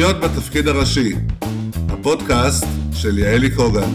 להיות בתפקיד הראשי, הפודקאסט של יעלי קוגן.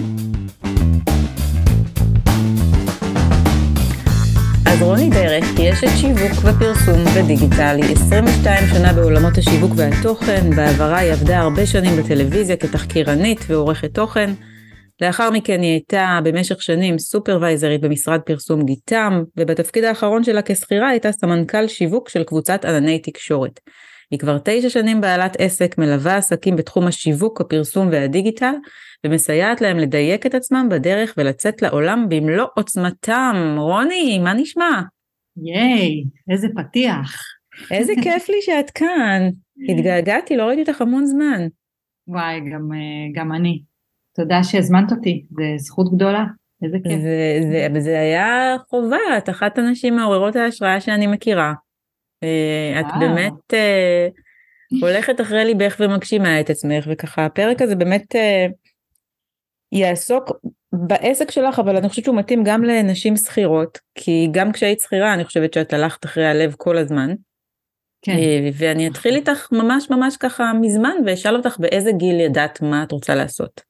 אז רוני דרך היא אשת שיווק ופרסום ודיגיטלי, 22 שנה בעולמות השיווק והתוכן, בעברה היא עבדה הרבה שנים בטלוויזיה כתחקירנית ועורכת תוכן, לאחר מכן היא הייתה במשך שנים סופרוויזרית במשרד פרסום גיטם, ובתפקיד האחרון שלה כשכירה הייתה סמנכ"ל שיווק של קבוצת ענני תקשורת. היא כבר 9 שנים בעלת עסק, מלווה עסקים בתחום השיווק, הפרסום והדיגיטל, ומסייעת להם לדייק את עצמם בדרך ולצאת לעולם במלוא עוצמתם. רוני, מה נשמע? ייי, איזה פתיח. איזה כיף לי שאת כאן. התגעגעתי, לא ראיתי אותך המון זמן. וואי, גם אני. תודה שהזמנת אותי, זה זכות גדולה. איזה כיף. זה היה חובה, את אחת הנשים מעוררות ההשראה שאני מכירה. את באמת הולכת אחרי ליבך ומגשימה את עצמך, וככה הפרק הזה באמת יעסוק בעסק שלך, אבל אני חושבת שהוא מתאים גם לנשים שכירות, כי גם כשהיית שכירה אני חושבת שאת הלכת אחרי הלב כל הזמן. כן. ואני אתחיל איתך ממש ככה מזמן, ואשאל אותך באיזה גיל ידעת מה את רוצה לעשות.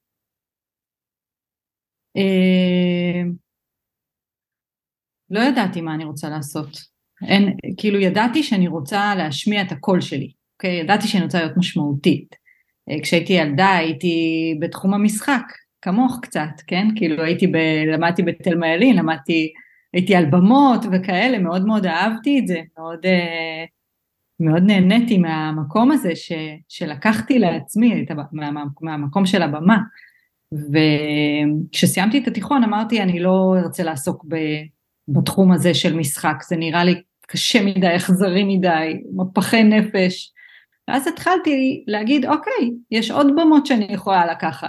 לא ידעתי מה אני רוצה לעשות. כאילו ידעתי שאני רוצה להשמיע את הקול שלי, אוקיי? ידעתי שאני רוצה להיות משמעותית. כשהייתי ילדה הייתי בתחום המשחק, כמוך קצת, כן? כאילו למדתי בתל מיילין, הייתי על במות וכאלה, מאוד מאוד אהבתי את זה, מאוד נהניתי מהמקום הזה שלקחתי לעצמי, מהמקום של הבמה. וכשסיימתי את התיכון אמרתי אני לא ארצה לעסוק בתחום הזה של משחק, זה נראה לי קשה מדי, אכזרי מדי, מפחי נפש, ואז התחלתי להגיד אוקיי, יש עוד במות שאני יכולה לקחת.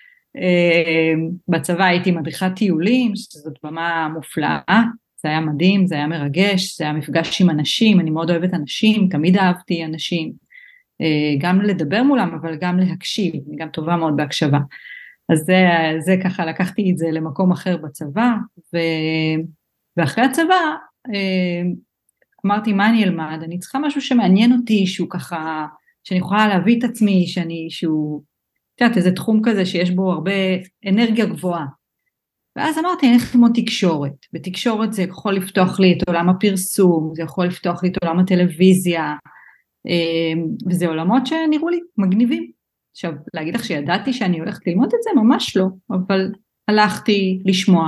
בצבא הייתי מדריכת טיולים, שזאת במה מופלאה, זה היה מדהים, זה היה מרגש, זה היה מפגש עם אנשים, אני מאוד אוהבת אנשים, תמיד אהבתי אנשים, גם לדבר מולם, אבל גם להקשיב, אני גם טובה מאוד בהקשבה. אז זה ככה, לקחתי את זה למקום אחר בצבא, ואחרי הצבא, אמרתי מה אני אלמד, אני צריכה משהו שמעניין אותי, שהוא ככה, שאני יכולה להביא את עצמי, שהוא, תראה, איזה תחום כזה שיש בו הרבה אנרגיה גבוהה. ואז אמרתי, אני הולכת ללמוד תקשורת, בתקשורת זה יכול לפתוח לי את עולם הפרסום, זה יכול לפתוח לי את עולם הטלוויזיה, וזה עולמות שנראו לי מגניבים. עכשיו, להגיד לך שידעתי שאני הולכת ללמוד את זה, ממש לא, אבל הלכתי לשמוע,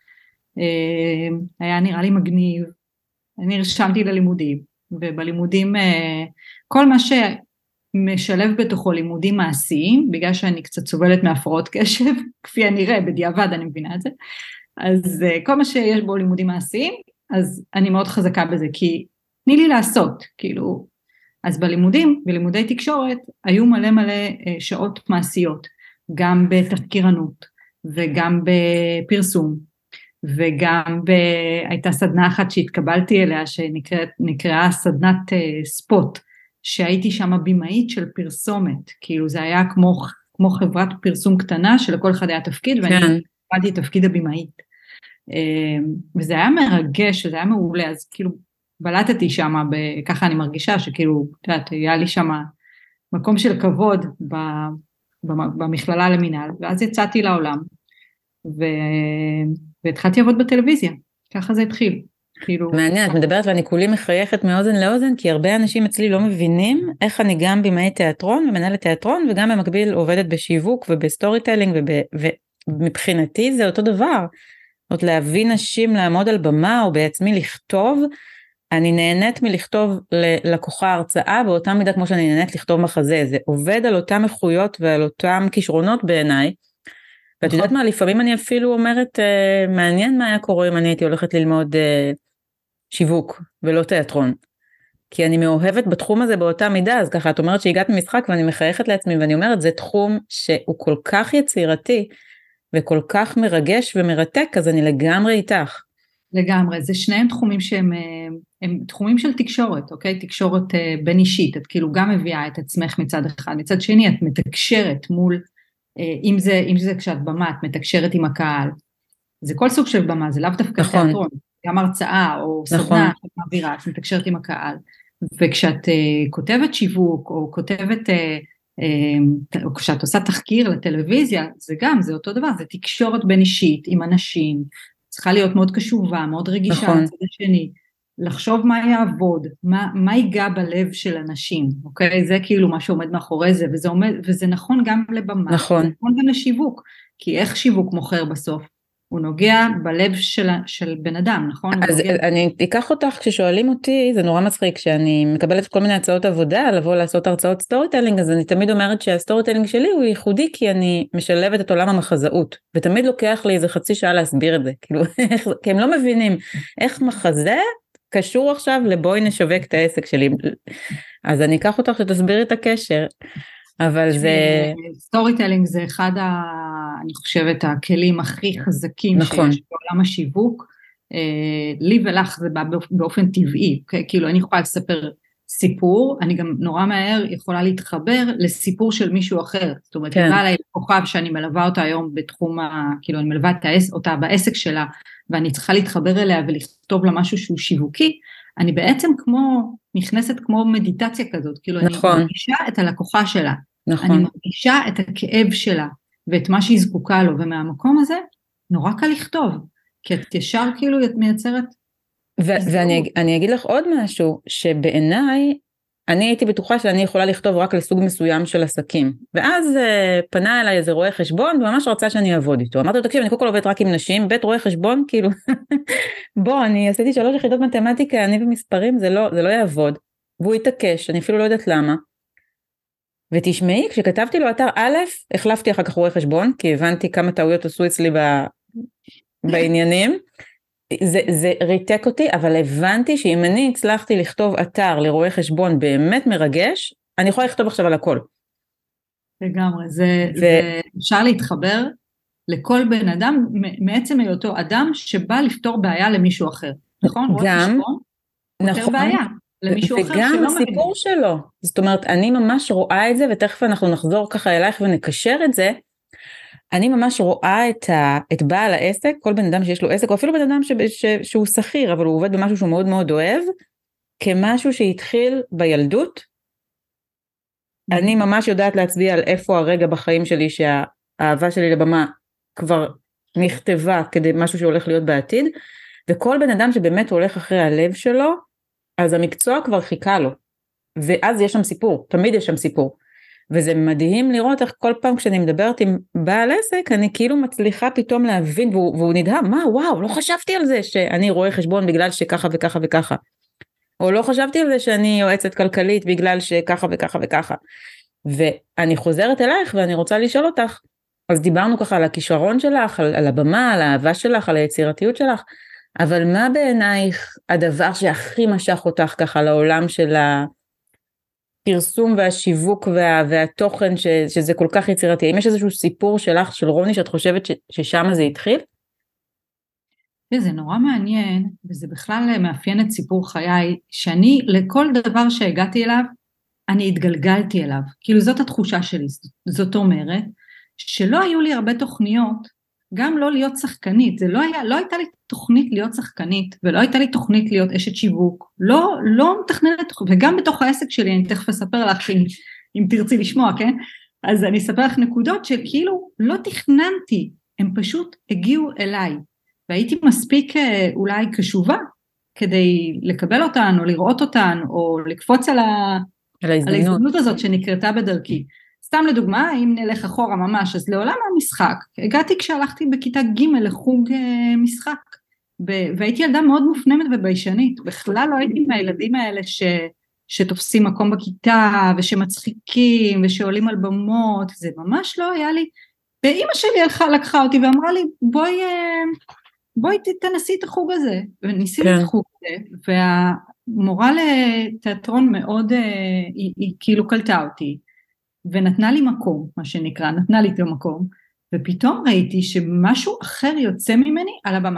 היה נראה לי מגניב, אני רשמתי ללימודים, ובלימודים, כל מה שמשלב בתוכו לימודים מעשיים, בגלל שאני קצת סובלת מהפרעות קשב, כפי הנראה, בדיעבד אני מבינה את זה, אז כל מה שיש בו לימודים מעשיים, אז אני מאוד חזקה בזה, כי תני לי לעשות, כאילו, אז בלימודי תקשורת, היו מלא שעות מעשיות, גם בתחקירנות, וגם בפרסום, וגם הייתה סדנה אחת שהתקבלתי אליה, שנקראה סדנת ספוט, שהייתי שם בימאית של פרסומת, כאילו זה היה כמו חברת פרסום קטנה, שלכל אחד היה תפקיד, ואני קיבלתי את תפקיד הבימאית, וזה היה מרגש, וזה היה מעולה, אז כאילו, בלטתי שם, ככה אני מרגישה שכאילו, תראה, היה לי שם מקום של כבוד במכללה למינהל, ואז יצאתי לעולם, והתחלתי לעבוד בטלוויזיה, ככה זה התחיל. מעניין, את מדברת ואני כולי מחייכת מאוזן לאוזן, כי הרבה אנשים אצלי לא מבינים איך אני גם בימאי תיאטרון ומנהלת תיאטרון, וגם במקביל עובדת בשיווק ובסטורי טיילינג, ומבחינתי זה אותו דבר, זאת להביא נשים לעמוד על במה או בעצמי לכתוב, אני נהנית מלכתוב ללקוחה הרצאה, באותה מידה כמו שאני נהנית לכתוב מחזה, זה עובד על אותם איכויות ועל אותם כישרונות בעיניי, ואת יודעת מה, לפעמים אני אפילו אומרת, מעניין מה היה קורה אם אני הייתי הולכת ללמוד שיווק ולא תיאטרון, כי אני מאוהבת בתחום הזה באותה מידה, אז ככה את אומרת שהגעת ממשחק ואני מחייכת לעצמי, ואני אומרת, זה תחום שהוא כל כך יצירתי, וכל כך מרגש ומרתק, אז אני לגמרי איתך. לגמרי, זה שניהם תחומים שהם תחומים של תקשורת, אוקיי? תקשורת בין אישית, את כאילו גם מביאה את עצמך מצד אחד, מצד שני את מתקשרת מול, אם זה כשאת במה, את מתקשרת עם הקהל, זה כל סוג של במה, זה לאו דווקא תיאטרון, גם הרצאה או סדנה שאת מעבירה, את מתקשרת עם הקהל, וכשאת כותבת שיווק או כותבת או כשאת עושה תחקיר לטלוויזיה, זה אותו דבר, זה תקשורת בין אישית עם אנשים, צריכה להיות מאוד קשובה, מאוד רגישה לצד השני, לחשוב מה יעבוד, מה ייגע בלב של אנשים, אוקיי? זה כאילו מה שעומד מאחורי זה, וזה נכון גם לבמה, נכון. זה נכון גם לשיווק, כי איך שיווק מוכר בסוף? הוא נוגע בלב של בן אדם, נכון? אז אני אקח אותך, כששואלים אותי, זה נורא מצחיק, כשאני מקבלת כל מיני הצעות עבודה, לבוא לעשות הרצאות סטורי טיילינג, אז אני תמיד אומרת שהסטורי טיילינג שלי הוא ייחודי, כי אני משלבת את עולם המחזאות, ותמיד לוקח לי איזה חצי שעה להסביר את זה, כאילו, כי הם לא מבינים איך מחזה קשור עכשיו לבואי נשווק את העסק שלי, אז אני אקח אותך שתסביר את הקשר. אבל זה... סטורי טיילינג זה אחד, אני חושבת, הכלים הכי חזקים נכון. שיש בעולם השיווק, לי ולך זה בא באופן טבעי, כאילו אני יכולה לספר סיפור, אני גם נורא מהר יכולה להתחבר לסיפור של מישהו אחר, זאת אומרת, היא באה אליי לכוכב שאני מלווה אותה היום בתחום, כאילו אני מלווה אותה בעסק שלה, ואני צריכה להתחבר אליה ולכתוב לה משהו שהוא שיווקי, אני בעצם נכנסת כמו מדיטציה כזאת, כאילו נכון. אני מרגישה את הלקוחה שלה, נכון. אני מרגישה את הכאב שלה, ואת מה שהיא זקוקה לו, ומהמקום הזה נורא קל לכתוב, כי את ישר כאילו את מייצרת. ואני אגיד לך עוד משהו, שבעיניי, אני הייתי בטוחה שאני יכולה לכתוב רק לסוג מסוים של עסקים, ואז פנה אליי איזה רואה חשבון, וממש רצה שאני אעבוד איתו, אמרתי לו, תקשיב, אני קודם כל עובדת רק עם נשים, בית רואה חשבון, כאילו, בוא, אני עשיתי 3 יחידות מתמטיקה, אני במספרים, זה לא יעבוד, והוא התעקש, אני אפילו לא יודעת למה, ותשמעי, כשכתבתי לו אתר א', החלפתי אחר כך רואה חשבון, כי הבנתי כמה טעויות עשו אצלי בעניינים, זה ריתק אותי, אבל הבנתי שאם אני הצלחתי לכתוב אתר לרואה חשבון באמת מרגש, אני יכולה לכתוב עכשיו על הכל. לגמרי, זה אפשר להתחבר לכל בן אדם, מעצם היותו אדם שבא לפתור בעיה למישהו אחר, נכון? רואה חשבון, פותר בעיה למישהו אחר שלא מבין. וגם הסיפור שלו, זאת אומרת, אני ממש רואה את זה, ותכף אנחנו נחזור ככה אלייך ונקשר את זה, אני ממש רואה את בעל העסק, כל בן אדם שיש לו עסק, או אפילו בן אדם שהוא שכיר, אבל הוא עובד במשהו שהוא מאוד מאוד אוהב, כמשהו שהתחיל בילדות. אני ממש יודעת להצביע על איפה הרגע בחיים שלי, שהאהבה שלי לבמה כבר נכתבה כדי משהו שהולך להיות בעתיד, וכל בן אדם שבאמת הולך אחרי הלב שלו, אז המקצוע כבר חיכה לו, ואז יש שם סיפור, תמיד יש שם סיפור. וזה מדהים לראות איך כל פעם כשאני מדברת עם בעל עסק, אני כאילו מצליחה פתאום להבין, והוא נדהם, מה, וואו, לא חשבתי על זה שאני רואה חשבון בגלל שככה וככה וככה, או לא חשבתי על זה שאני יועצת כלכלית בגלל שככה וככה וככה, ואני חוזרת אלייך ואני רוצה לשאול אותך, אז דיברנו ככה על הכישרון שלך, על הבמה, על האהבה שלך, על היצירתיות שלך, אבל מה בעינייך הדבר שהכי משך אותך ככה לעולם של הפרסום והשיווק והתוכן שזה כל כך יצירתי? האם יש איזשהו סיפור שלך, של רוני, שאת חושבת ששם זה התחיל? זה נורא מעניין, וזה בכלל מאפיין את סיפור חיי, שאני לכל דבר שהגעתי אליו, אני התגלגלתי אליו. כאילו זאת התחושה שלי, זאת אומרת, שלא היו לי הרבה תוכניות, גם לא להיות שחקנית, זה לא הייתה לי תוכנית להיות שחקנית, ולא הייתה לי תוכנית להיות אשת שיווק, לא מתכננת, וגם בתוך העסק שלי, אני תכף אספר לך אם תרצי לשמוע, כן? אז אני אספר לך נקודות שכאילו לא תכננתי, הם פשוט הגיעו אליי, והייתי מספיק אולי קשובה, כדי לקבל אותן, או לראות אותן, או לקפוץ על ההזדמנות הזאת שנקרתה בדרכי. סתם לדוגמה, אם נלך אחורה ממש, אז לעולם המשחק, הגעתי כשהלכתי בכיתה ג' לחוג משחק, והייתי ילדה מאוד מופנמת וביישנית, בכלל לא הייתי מהילדים האלה שתופסים מקום בכיתה, ושמצחיקים, ושעולים על במות, זה ממש לא היה לי, ואמא שלי לקחה אותי ואמרה לי, בואי תנסי את החוג הזה, וניסיתי את החוג הזה, והמורה לתיאטרון מאוד, היא כאילו קלטה אותי, ונתנה לי מקום, מה שנקרא, נתנה לי את המקום, ופתאום ראיתי שמשהו אחר יוצא ממני על הבמה.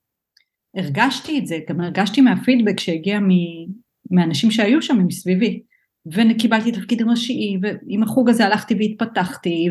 הרגשתי את זה, גם הרגשתי מהפידבק שהגיע מאנשים שהיו שם מסביבי, וקיבלתי תפקיד ראשי, ועם החוג הזה הלכתי והתפתחתי,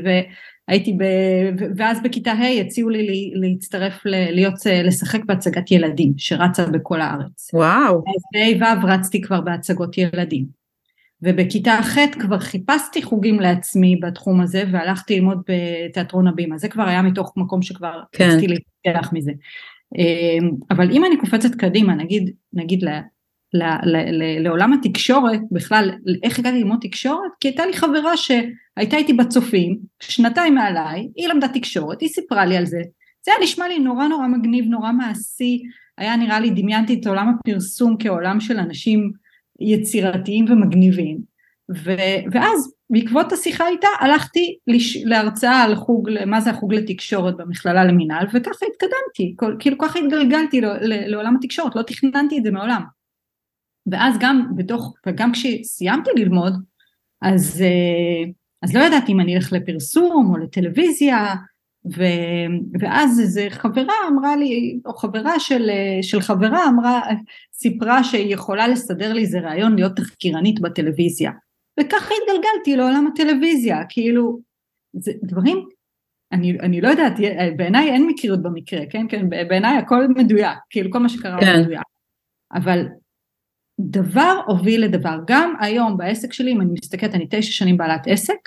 ואז בכיתה ה' הציעו לי להצטרף, לשחק בהצגת ילדים, שרצה בכל הארץ. וואו. אז בה' ו' רצתי כבר בהצגות ילדים. ובכיתה ח' כבר חיפשתי חוגים לעצמי בתחום הזה, והלכתי ללמוד בתיאטרון הבימה, זה כבר היה מתוך מקום שכבר רציתי להתפתח מזה. אבל אם אני קופצת קדימה, נגיד לעולם התקשורת, בכלל, איך הגעתי ללמוד תקשורת? כי הייתה לי חברה שהייתה איתי בצופים, שנתיים מעליי, היא למדה תקשורת, היא סיפרה לי על זה, זה היה נשמע לי נורא נורא מגניב, נורא מעשי, היה נראה לי, דמיינתי את עולם הפרסום כעולם של אנשים יצירתיים ומגניבים, ואז בעקבות השיחה איתה, הלכתי להרצאה על חוג, מה זה החוג לתקשורת במכללה למינהל, וככה התקדמתי, כאילו ככה התגלגלתי לעולם התקשורת, לא תכננתי את זה מעולם. ואז גם כשסיימתי ללמוד, אז לא ידעתי אם אני אלך לפרסום או לטלוויזיה, ואז איזו חברה אמרה לי, או חברה של חברה סיפרה שהיא יכולה לסדר לי איזה רעיון להיות תחקירנית בטלוויזיה, וככה התגלגלתי לעולם הטלוויזיה, כאילו, זה דברים, אני לא יודעת, בעיניי אין מקריות במקרה, כן, בעיניי הכל מדויק, כאילו כל מה שקרה הוא מדויק, אבל דבר הוביל לדבר, גם היום בעסק שלי, אם אני מסתכלת, אני 9 שנים בעלת עסק,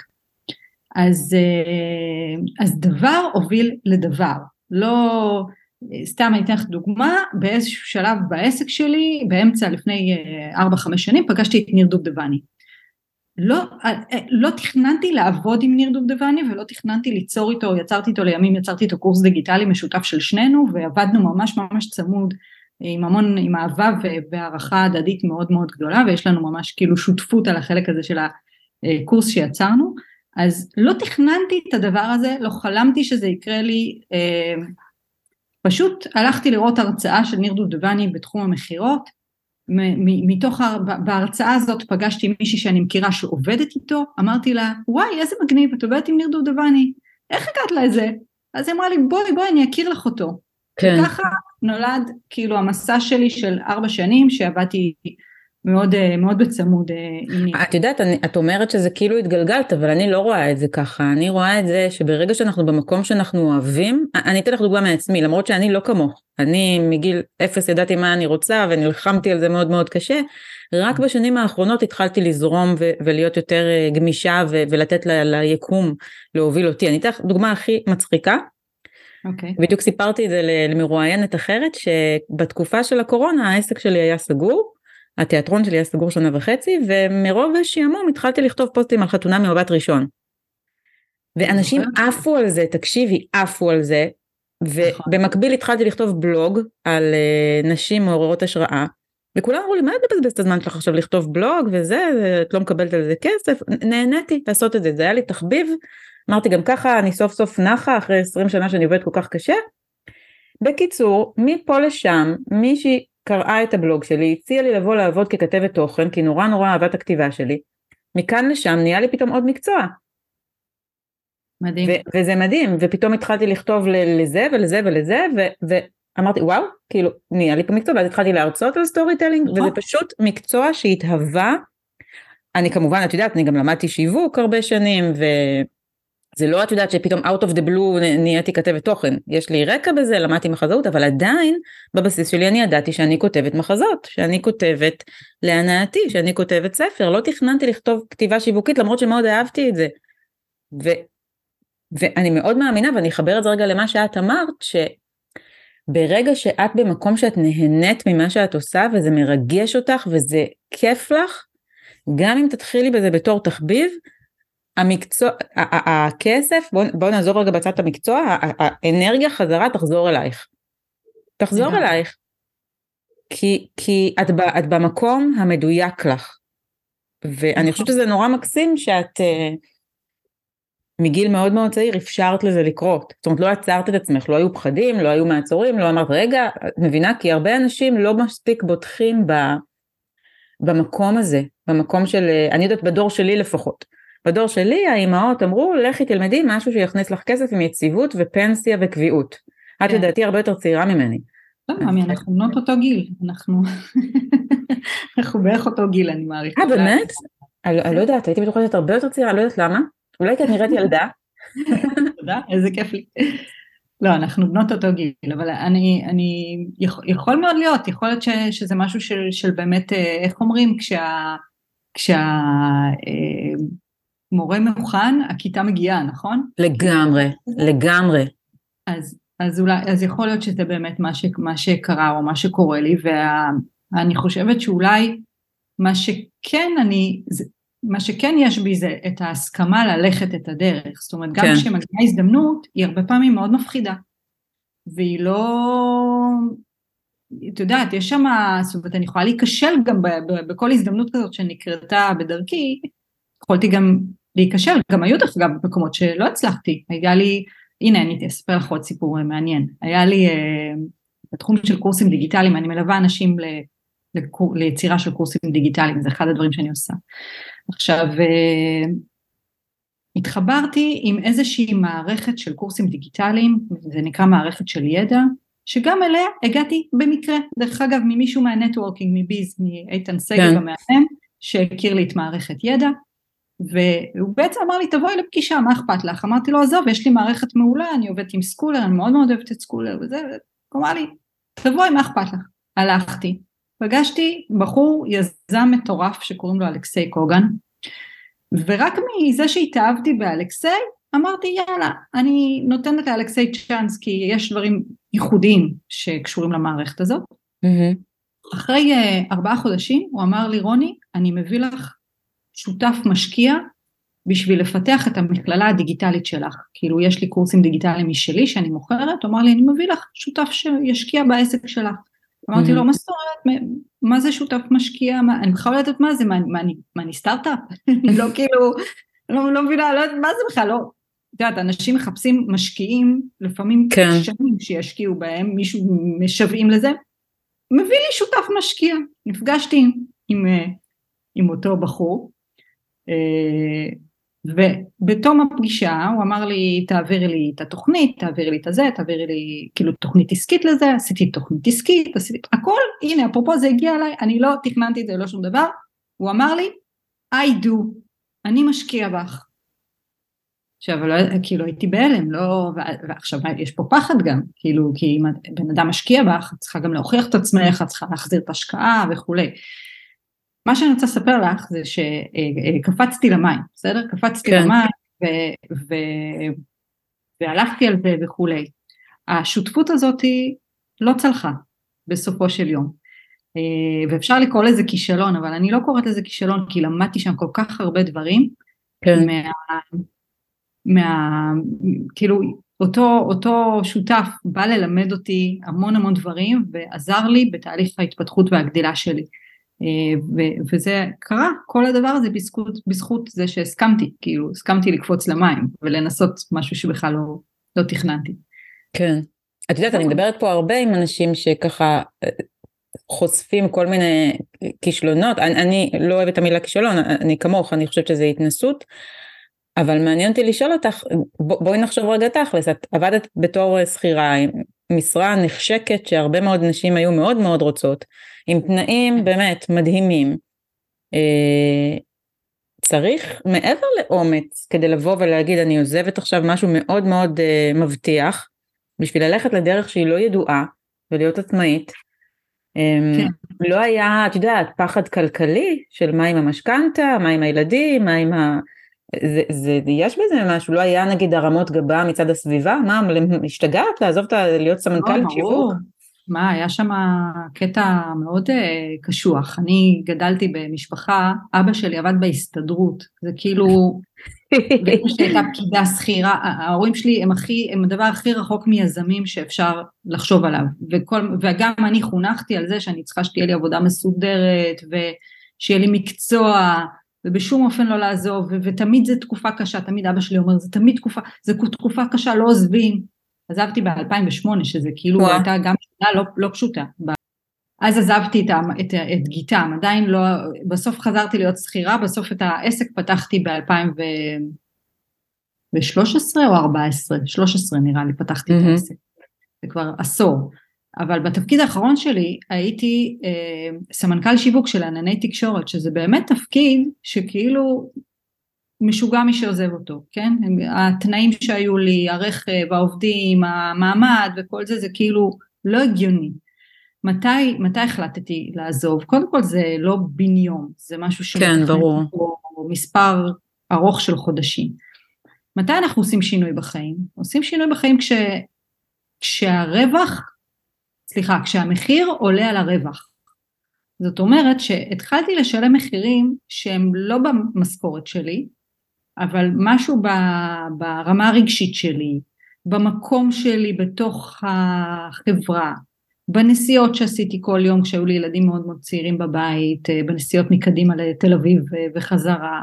אז דבר הוביל לדבר, לא, סתם אני אתן לך דוגמה, באיזשהו שלב בעסק שלי, באמצע לפני 4-5 שנים, פגשתי את ניר דובדבני, לא תכננתי לעבוד עם ניר דובדבני, ולא תכננתי ליצור איתו, יצרתי איתו לימים, יצרתי איתו קורס דיגיטלי משותף של שנינו, ועבדנו ממש ממש צמוד, עם אהבה והערכה הדדית מאוד מאוד גדולה, ויש לנו ממש כאילו שותפות על החלק הזה של הקורס שיצרנו, אז לא תכננתי את הדבר הזה, לא חלמתי שזה יקרה לי, פשוט הלכתי לראות הרצאה של ניר דובדבני בתחום המחירות, בהרצאה הזאת פגשתי מישהי שאני מכירה שעובדת איתו, אמרתי לה, וואי איזה מגניב, את עובדת עם ניר דובדבני, איך הגעת לזה? אז היא אמרה לי, בואי אני אכיר לך אותו, כן. וככה נולד כאילו המסע שלי של 4 שנים שעבדתי מאוד, מאוד בצמוד עם ניר. את יודעת, את אומרת שזה כאילו התגלגלת, אבל אני לא רואה את זה ככה, אני רואה את זה שברגע שאנחנו במקום שאנחנו אוהבים, אני אתן לך דוגמה מעצמי, למרות שאני לא כמוך, אני מגיל 0 ידעתי מה אני רוצה, ונלחמתי על זה מאוד מאוד קשה, רק בשנים האחרונות התחלתי לזרום ולהיות יותר גמישה, ולתת ליקום להוביל אותי. אני אתן לך דוגמה הכי מצחיקה, בדיוק סיפרתי את זה למרואיינת אחרת, שבתקופה של הקורונה העסק שלי היה סגור, התיאטרון שלי היה סגור 1.5 שנה, ומרוב שעמום התחלתי לכתוב פוסטים על חתונה ממבט ראשון. ואנשים עפו על זה, תקשיבי, עפו על זה, ובמקביל התחלתי לכתוב בלוג על נשים מעוררות השראה, וכולם אמרו לי, מה את מבזבז את הזמן שלך עכשיו לכתוב בלוג וזה, את לא מקבלת על זה כסף, נהניתי לעשות את זה, זה היה לי תחביב, אמרתי גם ככה, אני סוף סוף נחה, אחרי 20 שנה שאני עובדת כל כך קשה. בקיצור, מפה לשם, מישהי קראה את הבלוג שלי, הציעה לי לבוא לעבוד ככתבת תוכן, כי נורא נורא אהבת הכתיבה שלי, מכאן לשם נהיה לי פתאום עוד מקצוע. מדהים. וזה מדהים, ופתאום התחלתי לכתוב לזה ולזה ולזה, ואמרתי וואו, כאילו נהיה לי פה מקצוע, ואז התחלתי להרצות על סטורי טלינג, וזה פשוט מקצוע שהתהווה, אני כמובן, את יודעת, אני גם למדתי שיווק הרבה שנים, זה לא את יודעת שפתאום out of the blue נהייתי כתבת תוכן, יש לי רקע בזה, למדתי מחזאות, אבל עדיין בבסיס שלי אני ידעתי שאני כותבת מחזות, שאני כותבת להנאתי, שאני כותבת ספר, לא תכננתי לכתוב כתיבה שיווקית, למרות שמאוד אהבתי את זה, ואני מאוד מאמינה, ואני אחבר את זה רגע למה שאת אמרת, שברגע שאת במקום שאת נהנית ממה שאת עושה, וזה מרגש אותך, וזה כיף לך, גם אם תתחילי בזה בתור תחביב, המקצוע, הכסף, בואו נעזור רגע בצד המקצוע, האנרגיה חזרה תחזור אלייך. תחזור אלייך. כי את במקום המדויק לך. ואני חושבת שזה נורא מקסים שאת מגיל מאוד מאוד צעיר אפשרת לזה לקרות. זאת אומרת, לא עצרת את עצמך, לא היו פחדים, לא היו מעצורים, לא אמרת, רגע, את מבינה? כי הרבה אנשים לא מספיק בוטחים במקום הזה, במקום של, אני יודעת, בדור שלי לפחות. בדור שלי, האימהות אמרו, לכי תלמדי משהו שיכניס לך כסף עם יציבות ופנסיה וקביעות. את יודעתי הרבה יותר צעירה ממני. לא, מאמי, אנחנו בנות אותו גיל. אנחנו בערך אותו גיל, אני מעריכה. באמת? אני לא יודעת, הייתי בטוחה שאת הרבה יותר צעירה, אני לא יודעת למה. אולי כי את נראית ילדה. תודה, איזה כיף לי. לא, אנחנו בנות אותו גיל, אבל אני יכול מאוד להיות, יכול להיות שזה משהו של באמת, איך אומרים, כשהמורה מוכן, הכיתה מגיעה, נכון? לגמרי, לגמרי. אז יכול להיות שזה באמת מה שקרה או מה שקורה לי, ואני חושבת שאולי מה שכן יש בי זה את ההסכמה ללכת את הדרך, זאת אומרת גם כשמגיעה הזדמנות היא הרבה פעמים מאוד מפחידה, והיא לא, את יודעת, יש שם, זאת אומרת אני יכולה להיכשל גם בכל הזדמנות כזאת שנקרתה בדרכי, יכולתי גם להיכשל, גם היו דרך אגב במקומות שלא הצלחתי, היה לי, הנה אני אספר לך עוד סיפור מעניין, היה לי בתחום של קורסים דיגיטליים, אני מלווה אנשים ליצירה של קורסים דיגיטליים, זה אחד הדברים שאני עושה. עכשיו, התחברתי עם איזושהי מערכת של קורסים דיגיטליים, זה נקרא מערכת של ידע, שגם אליה הגעתי במקרה, דרך אגב ממישהו מהנטוורקינג, מביז, מאיתן סגל המאמן, שהכיר לי את מערכת ידע, והוא בעצם אמר לי, תבואי לפגישה, מה אכפת לך? אמרתי לו, עזוב, יש לי מערכת מעולה, אני עובדת עם סקולר, אני מאוד מאוד אוהבת את סקולר, וזה, הוא אמר לי, תבואי, מה אכפת לך? הלכתי, פגשתי בחור יזם מטורף שקוראים לו אלכסיי קוגן, ורק מזה שהתאהבתי באלכסיי, אמרתי יאללה, אני נותנת לאלכסיי צ'אנס, כי יש דברים ייחודיים שקשורים למערכת הזאת. אחרי 4 חודשים הוא אמר לי, רוני, אני מביא לך שותף משקיע, בשביל לפתח את המכללה הדיגיטלית שלך, כאילו יש לי קורסים דיגיטליים משלי שאני מוכרת, הוא אמר לי, אני מביא לך שותף שישקיע בעסק שלך. אמרתי לו, מה זאת אומרת, מה זה שותף משקיע, אני בכלל לא יודעת מה זה, מה אני סטארט-אפ? לא כאילו, לא מבינה, לא יודעת מה זה בכלל, לא. את יודעת, אנשים מחפשים משקיעים, לפעמים שנים שישקיעו בהם, מישהו משוועים לזה, מביא לי שותף משקיע, נפגשתי עם אותו בחור, ובתום הפגישה הוא אמר לי, תעבירי לי את התוכנית, תעבירי לי את הזה, תעבירי לי כאילו תוכנית עסקית לזה, עשיתי תוכנית עסקית, עשיתי הכל, הנה אפרופו זה הגיע אליי, אני לא תכננתי את זה, לא שום דבר, הוא אמר לי, I do, אני משקיע בך. עכשיו, כאילו הייתי בהלם, לא, ועכשיו יש פה פחד גם, כאילו, כי אם בן אדם משקיע בך, את צריכה גם להוכיח את עצמך, את צריכה להחזיר את ההשקעה וכולי. מה שאני רוצה לספר לך זה שקפצתי למים, בסדר? קפצתי למים והלכתי על זה וכולי. השותפות הזאת לא צלחה בסופו של יום, ואפשר לקרוא לזה כישלון, אבל אני לא קוראת לזה כישלון, כי למדתי שם כל כך הרבה דברים, כאילו אותו שותף בא ללמד אותי המון המון דברים, ועזר לי בתהליך ההתפתחות והגדילה שלי. וזה קרה, כל הדבר הזה בזכות זה שהסכמתי, כאילו הסכמתי לקפוץ למים ולנסות משהו שבכלל לא תכננתי. כן, את יודעת, אני מדברת פה הרבה עם אנשים שככה חושפים כל מיני כישלונות, אני לא אוהבת את המילה כישלון, אני כמוך, אני חושבת שזה התנסות, אבל מעניין אותי לשאול אותך, בואי נחשוב רגע תכלס, את עבדת בתור שכירה, עם משרה נחשקת שהרבה מאוד נשים היו מאוד מאוד רוצות, עם תנאים באמת מדהימים, צריך מעבר לאומץ כדי לבוא ולהגיד אני עוזבת עכשיו משהו מאוד מאוד מבטיח, בשביל ללכת לדרך שהיא לא ידועה ולהיות עצמאית, לא היה, את יודעת, פחד כלכלי של מה עם המשכנתה, מה עם הילדים, מה עם יש בזה משהו, לא היה נגיד הרמות גבה מצד הסביבה, מה, השתגעת לעזוב להיות סמנכ"לית שיווק? מה, היה שם קטע מאוד קשוח, אני גדלתי במשפחה, אבא שלי עבד בהסתדרות, זה כאילו, ואמא שלי הייתה פקידה שכירה, ההורים שלי הם הדבר הכי רחוק מיזמים שאפשר לחשוב עליו, וגם אני חונכתי על זה שאני צריכה שתהיה לי עבודה מסודרת, ושיהיה לי מקצוע, ובשום אופן לא לעזוב, ותמיד זה תקופה קשה, תמיד אבא שלי אומר, זה תמיד תקופה קשה, לא עוזבים, עזבתי ב-2008, שזה כאילו הייתה גם שנה לא פשוטה. אז עזבתי את גיטם, עדיין לא, בסוף חזרתי להיות שכירה, בסוף את העסק פתחתי ב-2013 או 2014, 13 נראה לי, פתחתי את העסק. זה כבר עשור. אבל בתפקיד האחרון שלי הייתי סמנכ"ל שיווק של ענני תקשורת, שזה באמת תפקיד שכאילו משוגע מי שעוזב אותו, כן? התנאים שהיו לי, הרכב, העובדים, המעמד וכל זה, זה כאילו לא הגיוני. מתי החלטתי לעזוב? קודם כל זה לא בן יום, זה משהו כן, ברור. מספר ארוך של חודשים. מתי אנחנו עושים שינוי בחיים? עושים שינוי בחיים כשהמחיר עולה על הרווח. זאת אומרת שהתחלתי לשלם מחירים שהם לא במשכורת שלי, אבל משהו ברמה הרגשית שלי, במקום שלי בתוך החברה, בנסיעות שעשיתי כל יום כשהיו לי ילדים מאוד מאוד צעירים בבית, בנסיעות מקדימה לתל אביב וחזרה,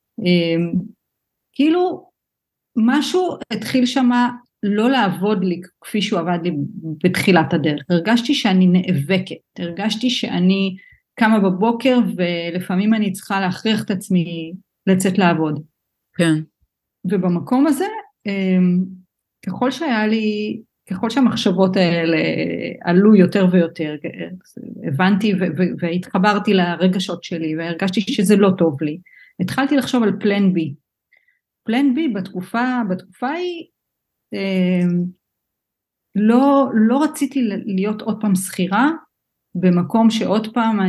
כאילו משהו התחיל שמה לא לעבוד לי כפי שהוא עבד לי בתחילת הדרך, הרגשתי שאני נאבקת, הרגשתי שאני קמה בבוקר ולפעמים אני צריכה להכריח את עצמי לצאת לעבוד. כן. ובמקום הזה, ככל שהמחשבות האלה עלו יותר ויותר, הבנתי והתחברתי לרגשות שלי והרגשתי שזה לא טוב לי, התחלתי לחשוב על פלן בי. פלן בי בתקופה היא, לא רציתי להיות עוד פעם שכירה, במקום שעוד פעם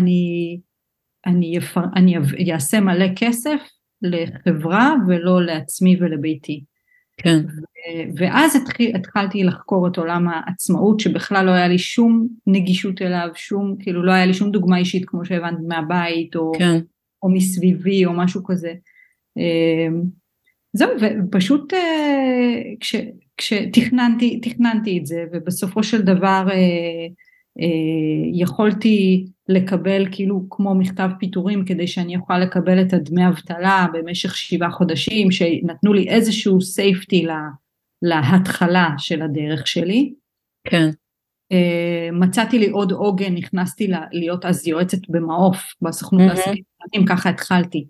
אני אעשה מלא כסף לחברה ולא לעצמי ולביתי. כן. ואז התחלתי לחקור את עולם העצמאות, שבכלל לא היה לי שום נגישות אליו, כאילו לא היה לי שום דוגמה אישית כמו שהבנת מהבית או מסביבי או משהו כזה. זהו, ופשוט כשתכננתי את זה, ובסופו של דבר יכולתי לקבל כאילו כמו מכתב פיטורים, כדי שאני אוכל לקבל את הדמי אבטלה במשך 7 חודשים, שנתנו לי איזשהו סייפטי להתחלה של הדרך שלי. כן. מצאתי לי עוד עוגן, נכנסתי להיות אז יועצת במעוף, בסוכנות לעסקים קטנים, ככה התחלתי.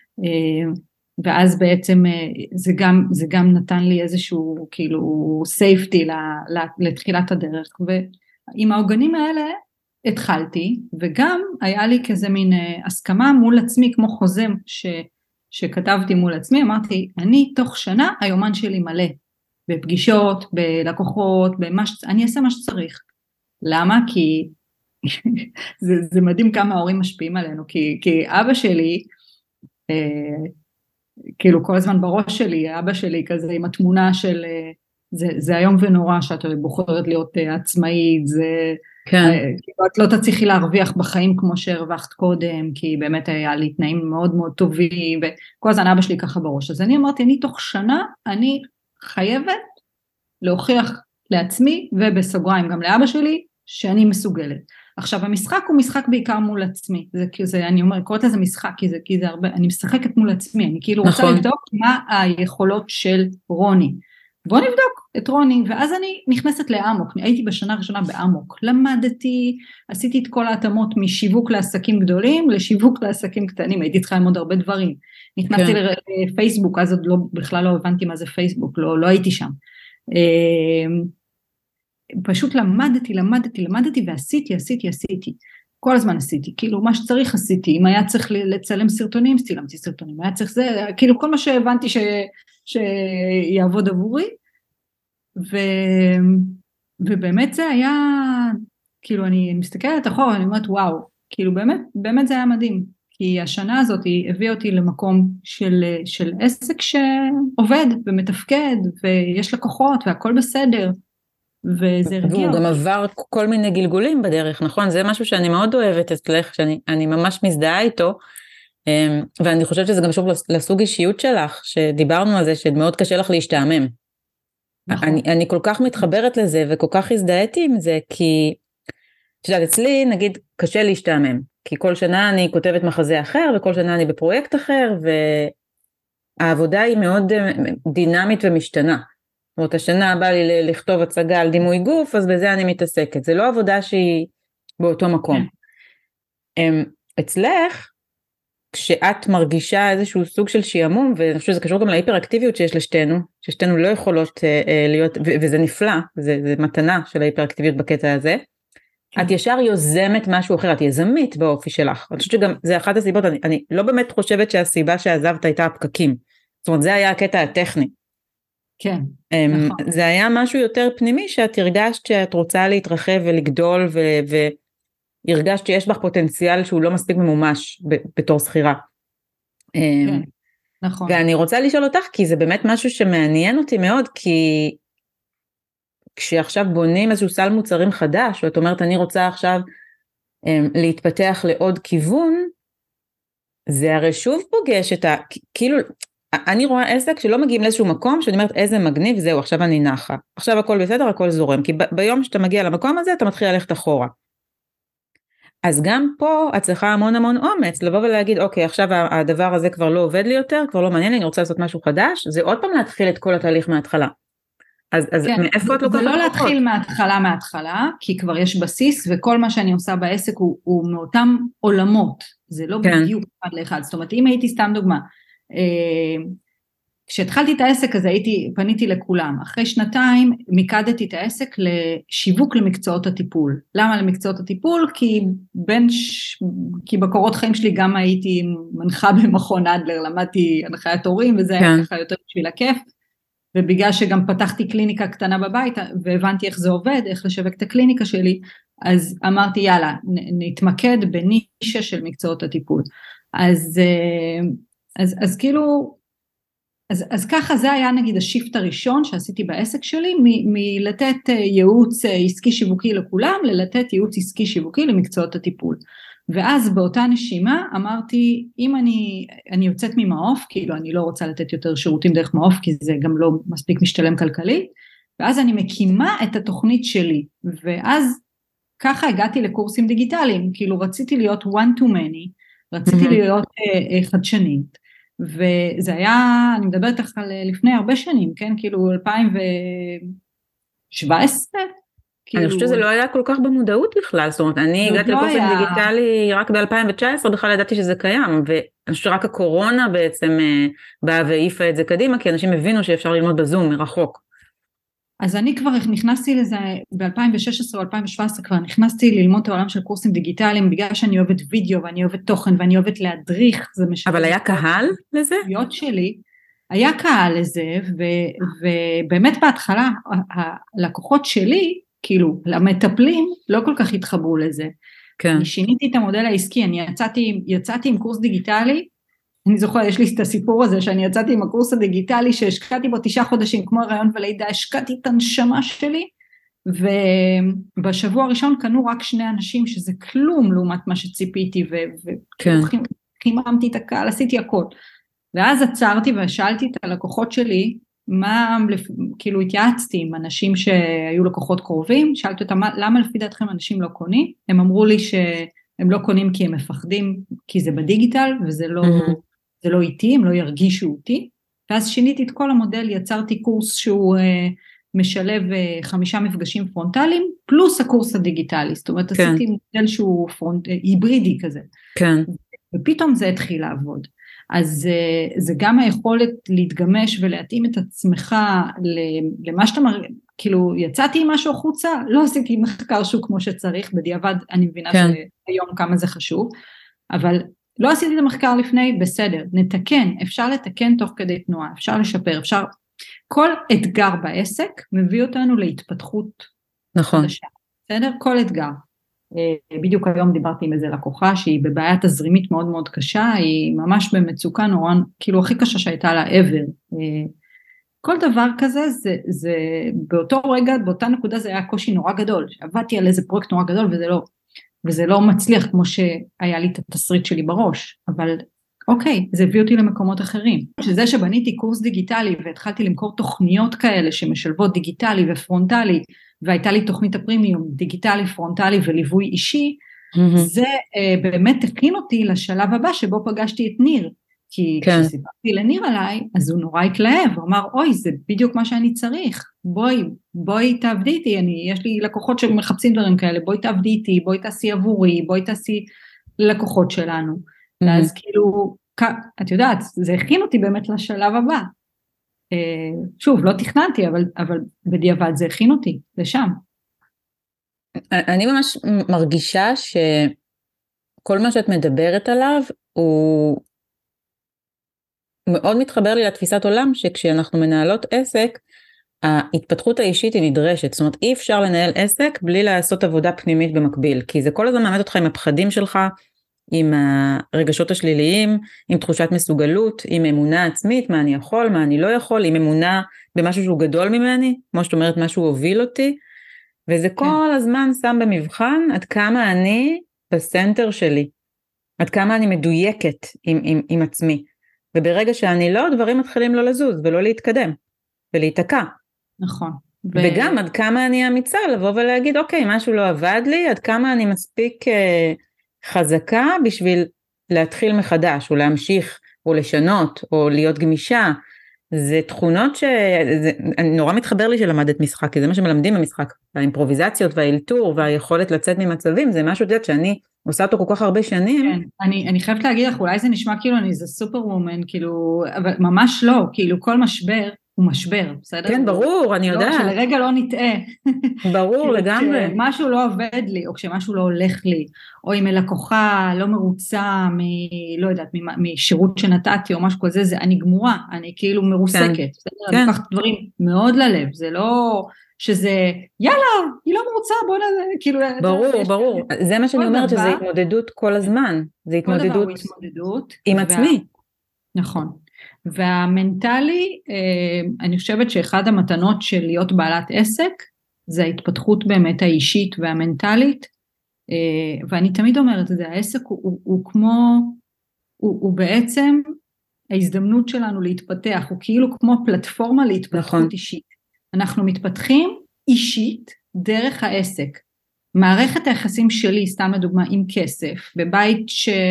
ואז בעצם זה גם נתן לי איזשהו כאילו סייפטי לתחילת הדרך, ועם העוגנים האלה התחלתי, וגם היה לי כזה מין הסכמה מול עצמי, כמו חוזה שכתבתי מול עצמי, אמרתי, אני תוך שנה היומן שלי מלא, בפגישות, בלקוחות, אני אעשה מה שצריך. למה? כי זה מדהים כמה ההורים משפיעים עלינו, כי אבא שלי, כאילו כל הזמן בראש שלי, אבא שלי כזה עם התמונה של, זה היום ונורא שאת בוחרת להיות עצמאית, זה, כאילו את לא תצליחי להרוויח בחיים כמו שהרווחת קודם, כי באמת היה לי תנאים מאוד מאוד טובים, וכל הזמן אבא שלי ככה בראש, אז אני אמרתי, אני תוך שנה, אני חייבת להוכיח לעצמי, ובסוגריים גם לאבא שלי, שאני מסוגלת. עכשיו המשחק הוא משחק בעיקר מול עצמי, זה אני קוראת לזה משחק, כי זה הרבה, אני משחקת מול עצמי, אני כאילו רוצה לבדוק מה היכולות של רוני, בוא נבדוק את רוני, ואז אני נכנסת לאמוק, הייתי בשנה הראשונה באמוק, למדתי, עשיתי את כל ההתאמות משיווק לעסקים גדולים, לשיווק לעסקים קטנים, הייתי צריכה ללמוד הרבה דברים, נכנסתי לפייסבוק, אז עוד בכלל לא הבנתי מה זה פייסבוק, לא הייתי שם, פשוט למדתי ועשיתי, כל הזמן עשיתי, כאילו מה שצריך עשיתי, אם היה צריך לצלם סרטונים, צילמתי סרטונים, היה צריך זה, כאילו כל מה שהבנתי שיעבוד עבורי, ובאמת זה היה, כאילו אני מסתכלת אחורה, אני אומרת וואו, כאילו באמת זה היה מדהים, כי השנה הזאת הביאה אותי למקום של עסק שעובד ומתפקד, ויש לקוחות והכל בסדר, וזה הרגיע. והוא גם עבר כל מיני גלגולים בדרך, נכון? זה משהו שאני מאוד אוהבת אצלך, שאני ממש מזדהה איתו, ואני חושבת שזה גם שוב לסוג אישיות שלך, שדיברנו על זה שמאוד קשה לך להשתעמם. נכון. אני כל כך מתחברת לזה, וכל כך הזדהיתי עם זה, כי אצלי נגיד קשה להשתעמם, כי כל שנה אני כותבת מחזה אחר, וכל שנה אני בפרויקט אחר, והעבודה היא מאוד דינמית ומשתנה. זאת אומרת, השנה בא לי לכתוב הצגה על דימוי גוף, אז בזה אני מתעסקת. זה לא עבודה שהיא באותו מקום. אצלך, כשאת מרגישה איזשהו סוג של שיעמום, ואני חושב שזה קשור גם להיפראקטיביות שיש ששתינו לא יכולות להיות, וזה נפלא, זה מתנה של ההיפראקטיביות בקטע הזה, את ישר יוזמת משהו אחר, את יזמית באופי שלך. אני חושבת שגם זה אחת הסיבות, אני לא באמת חושבת שהסיבה שעזבת הייתה הפקקים. זאת אומרת, זה היה הקטע הטכני. כן, נכון. זה היה משהו יותר פנימי, שאת הרגשת שאת רוצה להתרחב ולגדול, הרגשת שיש בך פוטנציאל שהוא לא מספיק ממומש בתור שכירה. כן, נכון. ואני רוצה לשאול אותך, כי זה באמת משהו שמעניין אותי מאוד, כי כשעכשיו בונים איזשהו סל מוצרים חדש, ואת אומרת, אני רוצה עכשיו להתפתח לעוד כיוון, זה הרי שוב פוגש את כאילו, אני רואה עסק שלא מגיעים לאיזשהו מקום, שאני אומרת, איזה מגניב, זהו, עכשיו אני נחה. עכשיו הכל בסדר, הכל זורם, כי ביום שאתה מגיע למקום הזה, אתה מתחיל ללכת אחורה. אז גם פה את צריכה המון המון אומץ, לבוא ולהגיד, אוקיי, עכשיו הדבר הזה כבר לא עובד לי יותר, כבר לא מעניין לי, אני רוצה לעשות משהו חדש, זה עוד פעם להתחיל את כל התהליך מההתחלה. אז כן, מאיפה את לוקחת? זה לא להתחיל מההתחלה, כי כבר יש בסיס, וכל מה שאני עושה בעסק הוא מאותם עולמות, זה לא כן. בדיוק אחד לאחד, זאת אומרת, אם הייתי סתם דוגמה, כשהתחלתי את העסק הזה, פניתי לכולם, אחרי שנתיים מיקדתי את העסק לשיווק למקצועות הטיפול. למה למקצועות הטיפול? כי בקורות חיים שלי גם הייתי מנחה במכון אדלר, למדתי הנחיית הורים, וזה היה ככה יותר בשביל הכיף, ובגלל שגם פתחתי קליניקה קטנה בבית, והבנתי איך זה עובד, איך לשווק את הקליניקה שלי, אז אמרתי יאללה, נתמקד בנישה של מקצועות הטיפול. אז כאילו, אז ככה זה היה נגיד השיפט הראשון שעשיתי בעסק שלי, מלתת ייעוץ עסקי שיווקי לכולם, ללתת ייעוץ עסקי שיווקי למקצועות הטיפול. ואז באותה נשימה אמרתי, אם אני יוצאת ממעוף, כאילו אני לא רוצה לתת יותר שירותים דרך מעוף, כי זה גם לא מספיק משתלם כלכלי, ואז אני מקימה את התוכנית שלי, ואז ככה הגעתי לקורסים דיגיטליים, כאילו רציתי להיות one to many, רציתי להיות חדשנית, וזה היה, אני מדברת לך על לפני הרבה שנים, כן, כאילו 2017, אני חושבת שזה לא היה כל כך במודעות בכלל, זאת אומרת, אני הגעתי לקורסים דיגיטלי רק ב-2019, בכלל ידעתי שזה קיים, ואני חושבת שרק הקורונה בעצם באה והעיפה את זה קדימה, כי אנשים הבינו שאפשר ללמוד בזום מרחוק. אז אני כבר נכנסתי לזה ב-2016 או 2017, כבר נכנסתי ללמוד את העולם של קורסים דיגיטליים, בגלל שאני אוהבת וידאו ואני אוהבת תוכן ואני אוהבת להדריך, זה משנה. אבל היה קהל לזה? היה קהל לזה, ובאמת בהתחלה, הלקוחות שלי, כאילו, למטפלים, לא כל כך התחברו לזה. כן. אני שיניתי את המודל העסקי, אני יצאתי עם קורס דיגיטלי, אני זוכרת, יש לי את הסיפור הזה, שאני יצאתי עם הקורס הדיגיטלי, שהשקעתי בו 9 חודשים, כמו הרעיון ולידה, השקעתי את הנשמה שלי, ובשבוע הראשון קנו רק 2 אנשים, שזה כלום לעומת מה שציפיתי, וחיממתי את הקהל, עשיתי הכל. ואז עצרתי ושאלתי את הלקוחות שלי, כאילו התייעצתי עם אנשים שהיו לקוחות קרובים, שאלתי אותם, למה לפי דעתכם אנשים לא קונים? הם אמרו לי שהם לא קונים כי הם מפחדים, כי זה בדיגיטל, וזה לא איתי, הם לא ירגישו אותי, ואז שיניתי את כל המודל, יצרתי קורס שהוא משלב 5 מפגשים פרונטליים, פלוס הקורס הדיגיטלי, זאת אומרת, עשיתי מודל שהוא היברידי כזה, ופתאום זה התחיל לעבוד. אז זה גם היכולת להתגמש ולהתאים את עצמך למה שאתה כאילו יצאתי עם משהו החוצה, לא עשיתי מחקר שהוא כמו שצריך, בדיעבד אני מבינה שהיום כמה זה חשוב, אבל לא עשיתי את המחקר לפני, בסדר, נתקן, אפשר לתקן תוך כדי תנועה, אפשר לשפר, כל אתגר בעסק מביא אותנו להתפתחות חדשה, בסדר? כל אתגר. בדיוק היום דיברתי עם איזה לקוחה שהיא בבעיה תזרימית מאוד מאוד קשה, היא ממש במצוקה נורא, כאילו הכי קשה שהייתה לה ever. כל דבר כזה, זה באותו רגע, באותה נקודה זה היה קושי נורא גדול, שעבדתי על איזה פרויקט נורא גדול וזה לא מצליח כמו שהיה לי את התסריט שלי בראש, אבל אוקיי, זה הביא אותי למקומות אחרים. שזה שבניתי קורס דיגיטלי והתחלתי למכור תוכניות כאלה שמשלבות דיגיטלי ופרונטלי, והייתה לי תוכנית הפרימיום, דיגיטלי, פרונטלי וליווי אישי, זה באמת הכין אותי לשלב הבא שבו פגשתי את ניר, כי כשסיפרתי לניר עליי, אז הוא נורא התלהב, הוא אמר, אוי, זה בדיוק מה שאני צריך, בואי תעבדי איתי, יש לי לקוחות שמחפשים דברים כאלה, בואי תעבדי איתי, בואי תעשי עבורי, בואי תעשי לקוחות שלנו, ואז כאילו, את יודעת, זה הכין אותי באמת לשלב הבא, שוב, לא תכננתי, אבל בדיעבד זה הכין אותי לשם. אני ממש מרגישה שכל מה שאת מדברת עליו, הוא מאוד מתחבר לי לתפיסת עולם, שכשאנחנו מנהלות עסק, ההתפתחות האישית היא נדרשת, זאת אומרת אי אפשר לנהל עסק בלי לעשות עבודה פנימית במקביל, כי זה כל הזמן מעמד אותך עם הפחדים שלך, עם הרגשות השליליים, עם תחושת מסוגלות, עם אמונה עצמית, מה אני יכול, מה אני לא יכול, עם אמונה במשהו שהוא גדול ממני, כמו שאת אומרת, משהו הוביל אותי, וזה כל הזמן שם במבחן עד כמה אני בסנטר שלי, עד כמה אני מדויקת עם עצמי, וברגע שאני לא, דברים מתחילים לא לזוז ולא להתקדם, ולהיתקע. נכון. וגם עד כמה אני אמיצה לבוא ולהגיד, אוקיי, משהו לא עבד לי, עד כמה אני מספיק חזקה בשביל להתחיל מחדש, או להמשיך, או לשנות, או להיות גמישה. זה תכונות נורא מתחבר לי שלמדת משחק, כי זה מה שמלמדים במשחק, האימפרוביזציות והאלתור והיכולת לצאת ממצבים, זה משהו יודעת שאני עושה אותו כל כך הרבה שנים. כן, אני חייבת להגיד לך, אולי זה נשמע כאילו אני איזה סופר וומן, כאילו, אבל ממש לא, כאילו כל משבר הוא משבר, בסדר? כן, ברור, אני יודעת. שלרגע לא נטעה. ברור, לגמרי. כשמשהו לא עובד לי, או כשמשהו לא הולך לי, או אם לקוחה לא מרוצה לא יודעת, משירות שנתתי או משהו כזה, אני גמורה, אני כאילו מרוסקת, בסדר? אני לוקחת דברים מאוד ללב, זה לא שזה, יאללה, היא לא מרוצה, בוא נזה, כאילו... ברור, זה מה שאני אומרת, שזה התמודדות כל הזמן, זה התמודדות עם עצמי. נכון. והמנטלי, אני חושבת שאחד המתנות של להיות בעלת עסק, זה ההתפתחות באמת האישית והמנטלית, ואני תמיד אומרת, זה העסק הוא כמו, הוא בעצם ההזדמנות שלנו להתפתח, הוא כאילו כמו פלטפורמה להתפתחות אישית. אנחנו מתפתחים אישית דרך העסק. מערכת היחסים שלי, סתם לדוגמה, עם כסף, בבית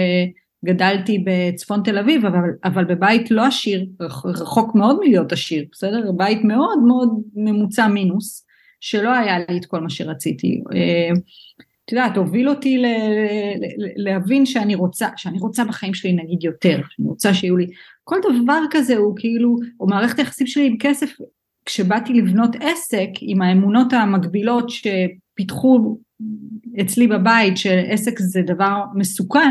גדלתי בצפון תל אביב, אבל בבית לא עשיר, רחוק מאוד מלהיות עשיר, בסדר? בית מאוד מאוד ממוצע מינוס, שלא היה לי את כל מה שרציתי. אתה יודעת, הוביל אותי להבין שאני רוצה בחיים שלי נגיד יותר, שאני רוצה שיהיו לי, כל דבר כזה הוא כאילו, או מערכת היחסים שלי עם כסף, כשבאתי לבנות עסק, עם האמונות המקבילות שפיתחו אצלי בבית, שעסק זה דבר מסוכן,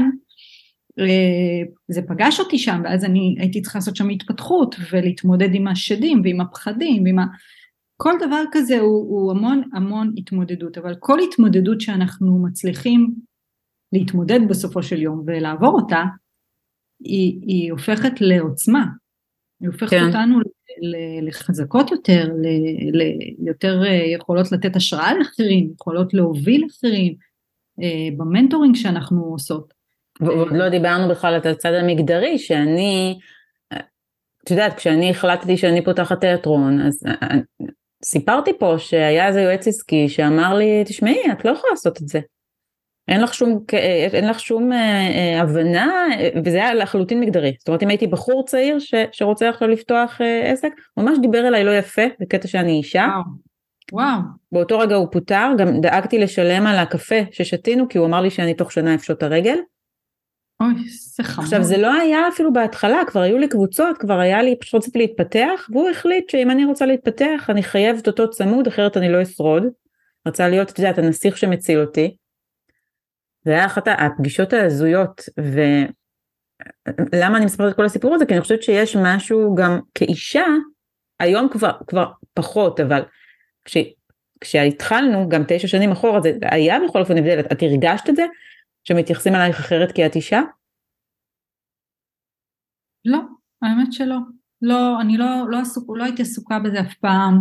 זה פגש אותי שם, ואז אני הייתי צריכה לעשות שם התפתחות, ולהתמודד עם השדים, ועם הפחדים, כל דבר כזה הוא המון המון התמודדות, אבל כל התמודדות שאנחנו מצליחים להתמודד בסופו של יום, ולעבור אותה, היא הופכת לעוצמה, היא הופכת אותנו לחזקות יותר, ליותר יכולות לתת השראה לאחרים, יכולות להוביל אחרים, במנטורינג שאנחנו עושות. ועוד לא דיברנו בכלל על הצד המגדרי, שאני, את יודעת, כשאני החלטתי שאני פותחת תיאטרון, אז סיפרתי פה שהיה איזה יועץ עסקי שאמר לי, תשמעי, את לא יכולה לעשות את זה. אין לך שום הבנה, וזה היה לחלוטין מגדרי. זאת אומרת, אם הייתי בחור צעיר שרוצה עכשיו לפתוח עסק, ממש דיבר אליי לא יפה, בקטע שאני אישה. וואו. באותו רגע הוא פוטר, גם דאגתי לשלם על הקפה ששתינו, כי הוא אמר לי שאני תוך שנה אפשוט הרגל. אוי, זה חמור. עכשיו זה לא היה אפילו בהתחלה, כבר היו לי קבוצות, כבר היה לי, פשוט רציתי להתפתח, והוא החליט שאם אני רוצה להתפתח, אני חייבת אותו צמוד, אחרת אני לא אשרוד. רצה להיות, את יודעת, הנסיך שמציל אותי. זה היה אחת הפגישות ההזויות, ולמה אני מספרת את כל הסיפור הזה? כי אני חושבת שיש משהו גם כאישה, היום כבר פחות, אבל כשהתחלנו, גם 9 שנים אחורה, זה היה בכל אופן הבדל, את הרגשת את זה? שמתייחסים עלייך אחרת כי את אישה? לא, האמת שלא. לא, אני לא הייתי עסוקה בזה אף פעם.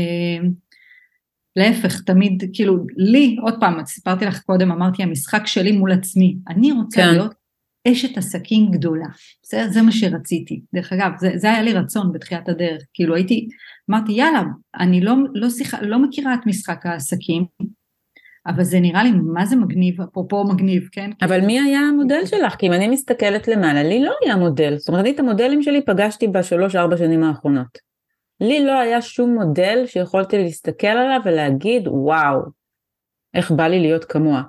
להפך, תמיד, כאילו, לי, עוד פעם, סיפרתי לך קודם, אמרתי, המשחק שלי מול עצמי. אני רוצה להיות אשת עסקים גדולה. זה מה שרציתי. דרך אגב, זה היה לי רצון בתחילת הדרך. כאילו, אמרתי, יאללה, אני לא מכירה את משחק העסקים, אבל זה נראה לי מה זה מגניב, אפרופו מגניב, כן? אבל מי היה המודל שלך? כי אם אני מסתכלת למעלה, לי לא היה מודל. זאת אומרת, את המודלים שלי פגשתי ב3-4 שנים האחרונות. לי לא היה שום מודל שיכולתי להסתכל עליו ולהגיד, וואו, איך בא לי להיות כמוה.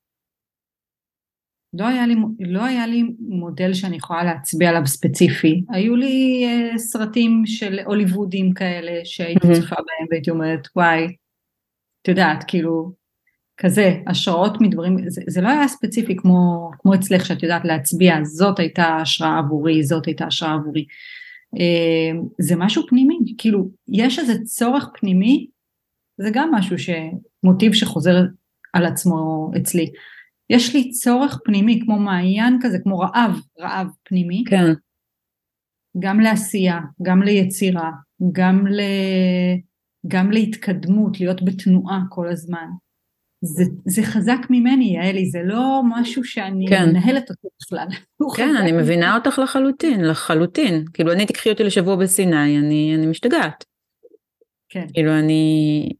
לא היה לי מודל שאני יכולה להצביע עליו ספציפי. היו לי סרטים של הוליוודים כאלה, שהייתי צופה בהם והייתי אומרת, וואי, את יודעת, כאילו, כזה, השראות מדברים, זה לא היה ספציפי כמו אצלך שאת יודעת להצביע, זאת הייתה השראה עבורי, זאת הייתה השראה עבורי. זה משהו פנימי, כאילו יש איזה צורך פנימי, זה גם משהו מוטיב שחוזר על עצמו אצלי. יש לי צורך פנימי, כמו מעיין כזה, כמו רעב פנימי. כן. גם לעשייה, גם ליצירה, גם להתקדמות, להיות בתנועה כל הזמן. זה חזק ממני, יעלי, זה לא משהו שאני מנהלת אותו בכלל. כן, אני מבינה אותך לחלוטין. כאילו, אני תקחי אותי לשבוע בסיני, אני משתגעת. כן. כאילו, אני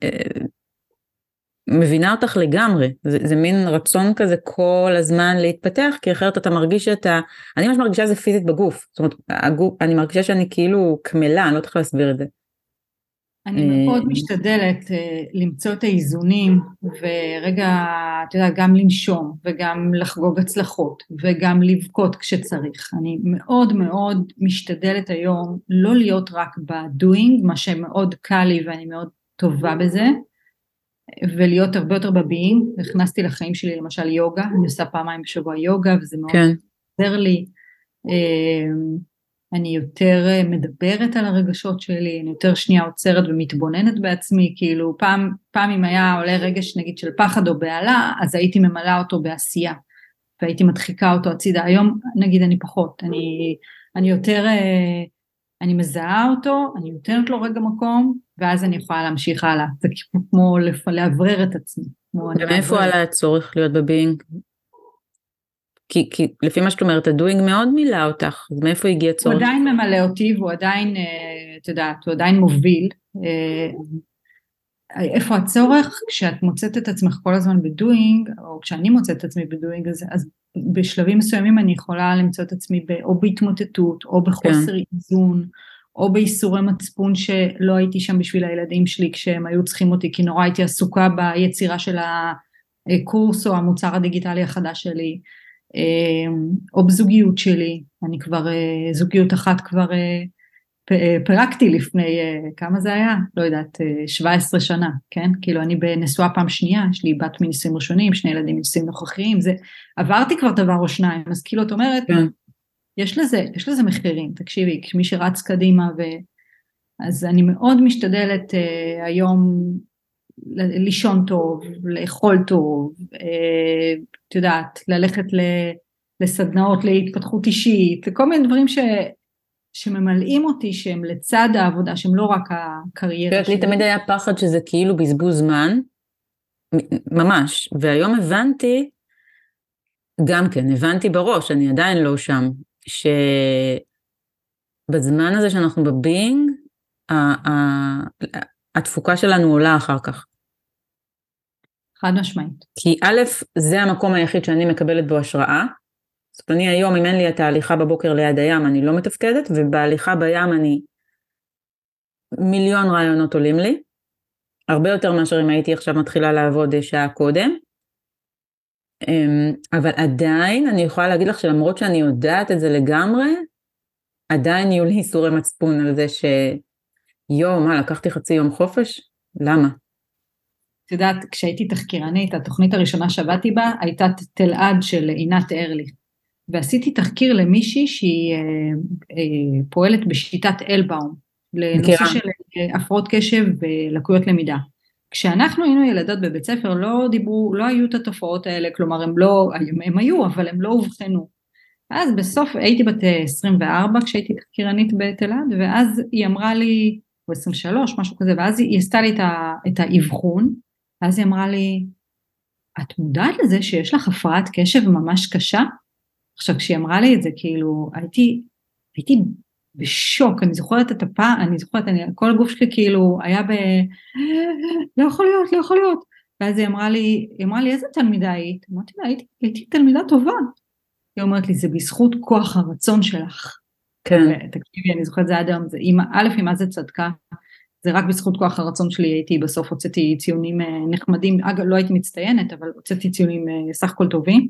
מבינה אותך לגמרי. זה מין רצון כזה כל הזמן להתפתח, כי אחרת אתה מרגיש אני ממש מרגישה זה פיזית בגוף. זאת אומרת, אני מרגישה שאני כאילו כמלה, אני לא צריכה להסביר את זה. אני מאוד משתדלת למצוא את האיזונים, ורגע, אתה יודע, גם לנשום, וגם לחגוג הצלחות, וגם לבכות כשצריך. אני מאוד מאוד משתדלת היום לא להיות רק בדוינג, מה שמאוד קל לי ואני מאוד טובה בזה, ולהיות הרבה יותר בביינג. הכנסתי לחיים שלי למשל יוגה, אני עושה פעמיים בשבוע יוגה, וזה מאוד עוזר לי. אני יותר מדברת על הרגשות שלי, אני יותר שנייה עוצרת ומתבוננת בעצמי, כאילו פעם אם היה עולה רגש נגיד של פחד או בעלה, אז הייתי ממלאה אותו בעשייה, והייתי מדחיקה אותו הצידה. היום נגיד אני פחות, אני יותר, אני מזהה אותו, אני נותנת לו רגע מקום, ואז אני יכולה להמשיך הלאה. זה כמו להברר את עצמי. ומאיפה עלה הצורך להיות בביינג? כי לפי מה שאת אומרת, הדוינג מאוד מילא אותך, אז מאיפה הגיע צורך? הוא עדיין ממלא אותי, והוא עדיין, אתה יודעת, הוא עדיין מוביל. איפה הצורך? כשאת מוצאת את עצמך כל הזמן בדוינג, או כשאני מוצאת את עצמי בדוינג, אז בשלבים מסוימים אני יכולה למצוא את עצמי או בהתמוטטות, או בחוסר איזון, או באיסורי מצפון שלא הייתי שם בשביל הילדים שלי, כשהם היו צריכים אותי, כי נורא הייתי עסוקה ביצירה של הקורס, או המוצר הדיגיטלי החדש שלי, או בזוגיות שלי. אני כבר, זוגיות אחת כבר פרקתי לפני, כמה זה היה? לא יודעת, 17 שנה, כן? כאילו אני בנשואה פעם שנייה, יש לי בת מנישואים ראשונים, 2 ילדים מנישואים נוכחיים, זה, עברתי כבר דבר או שניים, אז כאילו את אומרת, יש לזה מחירים, תקשיבי, מי שרץ קדימה, אז אני מאוד משתדלת היום לישון טוב, לאכול טוב, את יודעת, ללכת לסדנאות להתפתחות אישית, וכל מיני דברים שממלאים אותי, שהם לצד העבודה, שהם לא רק הקריירה שלי. לי תמיד היה פחד שזה כאילו בזבוז זמן, ממש, והיום הבנתי, גם כן, הבנתי בראש, אני עדיין לא שם, שבזמן הזה שאנחנו בביינג, התפוקה שלנו עולה אחר כך. חד משמעית. כי א', זה המקום היחיד שאני מקבלת בו השראה, זאת אומרת, אני היום, אם אין לי את ההליכה בבוקר ליד הים, אני לא מתפקדת, ובהליכה בים אני, מיליון רעיונות עולים לי, הרבה יותר מאשר אם הייתי עכשיו מתחילה לעבוד שעה קודם, אבל עדיין אני יכולה להגיד לך שלמרות שאני יודעת את זה לגמרי, עדיין יהיו לי איסורי מצפון על זה לקחתי חצי יום חופש? למה? את יודעת, כשהייתי תחקירנית, התוכנית הראשונה שעבדתי בה, הייתה תלעד של עינת ארליך, ועשיתי תחקיר למישהי שהיא פועלת בשיטת אלבאום, לנושא של הפרעות קשב ולקויות למידה. כשאנחנו היינו ילדות בבית ספר, לא היו את התופעות האלה, כלומר הם היו, אבל הם לא הובחנו. אז בסוף הייתי בת 24 כשהייתי תחקירנית בתלעד, ואז היא אמרה לי, או 23, משהו כזה, ואז היא עשתה לי את האבחון, ואז היא אמרה לי, את מודעת לזה שיש לך הפרעת קשב ממש קשה? עכשיו, כשהיא אמרה לי את זה, כאילו, הייתי בשוק, אני זוכרת את כל הגוף שלי כאילו היה לא יכול להיות. ואז היא אמרה לי, איזה תלמידה היית? אמרתי לה, הייתי תלמידה טובה. היא אומרת לי, זה בזכות כוח הרצון שלך. כן. תקשיבי, אני זוכרת זה עד היום, אמא זה צדקה, זה רק בזכות כוח הרצון שלי, בסוף הוצאתי ציונים נחמדים, אגב, לא הייתי מצטיינת, אבל הוצאתי ציונים סך הכל טובים,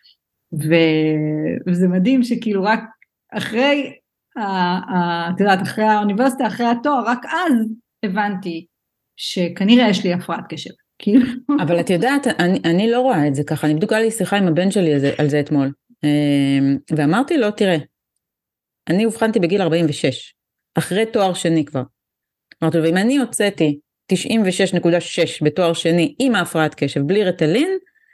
וזה מדהים שכאילו רק אחרי, את יודעת, אחרי האוניברסיטה, אחרי התואר, רק אז הבנתי שכנראה יש לי הפרעת קשב. אבל את יודעת, אני לא רואה את זה ככה, אני בדיוק היה לי שיחה עם הבן שלי על זה אתמול, ואמרתי לו, תראה, אני הובחנתי בגיל 46, אחרי תואר שני כבר. אמרתי לו, ואם אני הוצאתי 96.6 בתואר שני עם ההפרעת קשב, בלי רטלין,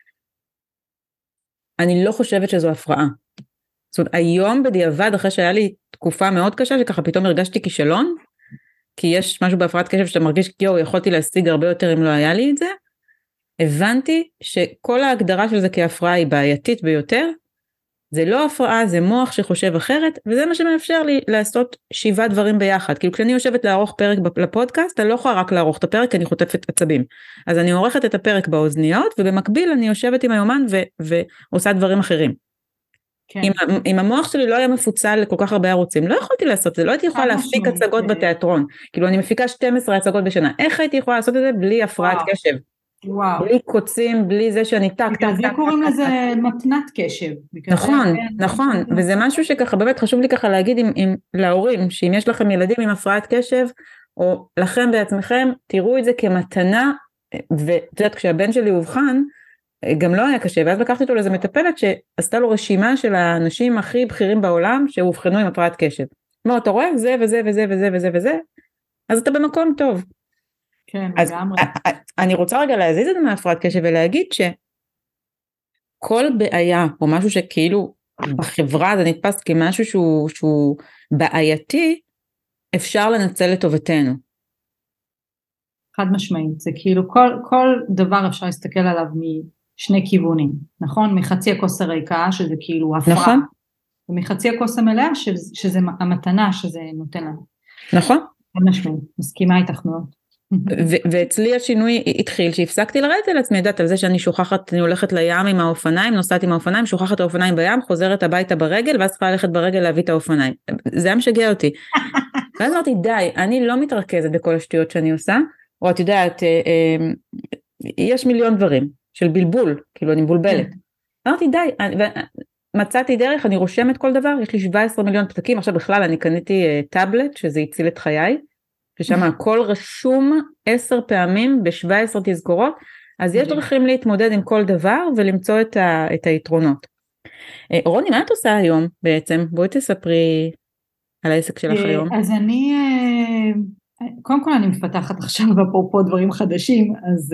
אני לא חושבת שזו הפרעה. זאת אומרת, היום בדיעבד, אחרי שהיה לי תקופה מאוד קשה, שככה פתאום הרגשתי כישלון, כי יש משהו בהפרעת קשב שאתה מרגיש, יכולתי להשיג הרבה יותר אם לא היה לי את זה, הבנתי שכל ההגדרה של זה כהפרעה היא בעייתית ביותר, זה לא הפרעה, זה מוח שחושב אחרת, וזה מה שמאפשר לי לעשות 7 דברים ביחד. כאילו כשאני יושבת לערוך פרק לפודקאסט, אני לא יכולה רק לערוך את הפרק, אני חוטפת עצבים. אז אני עורכת את הפרק באוזניות, ובמקביל אני יושבת עם היומן ועושה דברים אחרים. כן. אם המוח שלי לא היה מפוצל לכל כך הרבה ערוצים, לא יכולתי לעשות זה, לא הייתי יכולה להפיק הצגות בתיאטרון. כאילו אני מפיקה 12 הצגות בשנה, איך הייתי יכולה לעשות את זה בלי הפרעת קשב? וואו. בלי קוצים, בלי זה שאני טק. בגלל זה קוראים לזה מתנת קשב. נכון, וזה משהו שככה באמת חשוב לי ככה להגיד להורים, שאם יש לכם ילדים עם הפרעת קשב, או לכם בעצמכם, תראו את זה כמתנה, ואת יודעת, כשהבן שלי הובחן, גם לא היה קשה, ואז לקחתי אותו לאיזה מטפלת, שעשתה לו רשימה של האנשים הכי בכירים בעולם, שהובחנו עם הפרעת קשב. כלומר, אתה רואה זה וזה וזה וזה וזה וזה, אז אתה במקום טוב. כן, אז לגמרי. אני רוצה רגע להזיז את זה מהפרעת קשב ולהגיד שכל בעיה או משהו שכאילו בחברה זה נתפס כמשהו שהוא בעייתי, אפשר לנצל לטובתנו. חד משמעית, זה כאילו כל דבר אפשר להסתכל עליו משני כיוונים, נכון? מחצי הכוס הריקה שזה כאילו הפרעה, נכון. ומחצי הכוס המלאה שזה המתנה שזה נותן לנו. נכון. חד משמעית, מסכימה איתך מאוד. ואצלי השינוי התחיל שהפסקתי לרדת על עצמי, יודעת על זה שאני שוכחת, אני הולכת לים עם האופניים, נוסעת עם האופניים, שוכחת האופניים בים, חוזרת הביתה ברגל, ואז צריכה ללכת ברגל להביא את האופניים. זה היה משגע אותי. ואז אמרתי, די, אני לא מתרכזת בכל השטויות שאני עושה, או את יודעת, יש מיליון דברים של בלבול, כאילו אני מבולבלת. אמרתי, די, מצאתי דרך, אני רושמת כל דבר, יש לי 17 מיליון פתקים, עכשיו בכלל אני קניתי טאבלט, שזה הציל את חיי, ששם הכל רשום 10 פעמים ב-17 תזכורות, אז יש דרכים להתמודד עם כל דבר ולמצוא את היתרונות. רוני, מה את עושה היום בעצם? בואי תספרי על העסק שלך היום. אז קודם כל אני מפתחת עכשיו אפרופו דברים חדשים, אז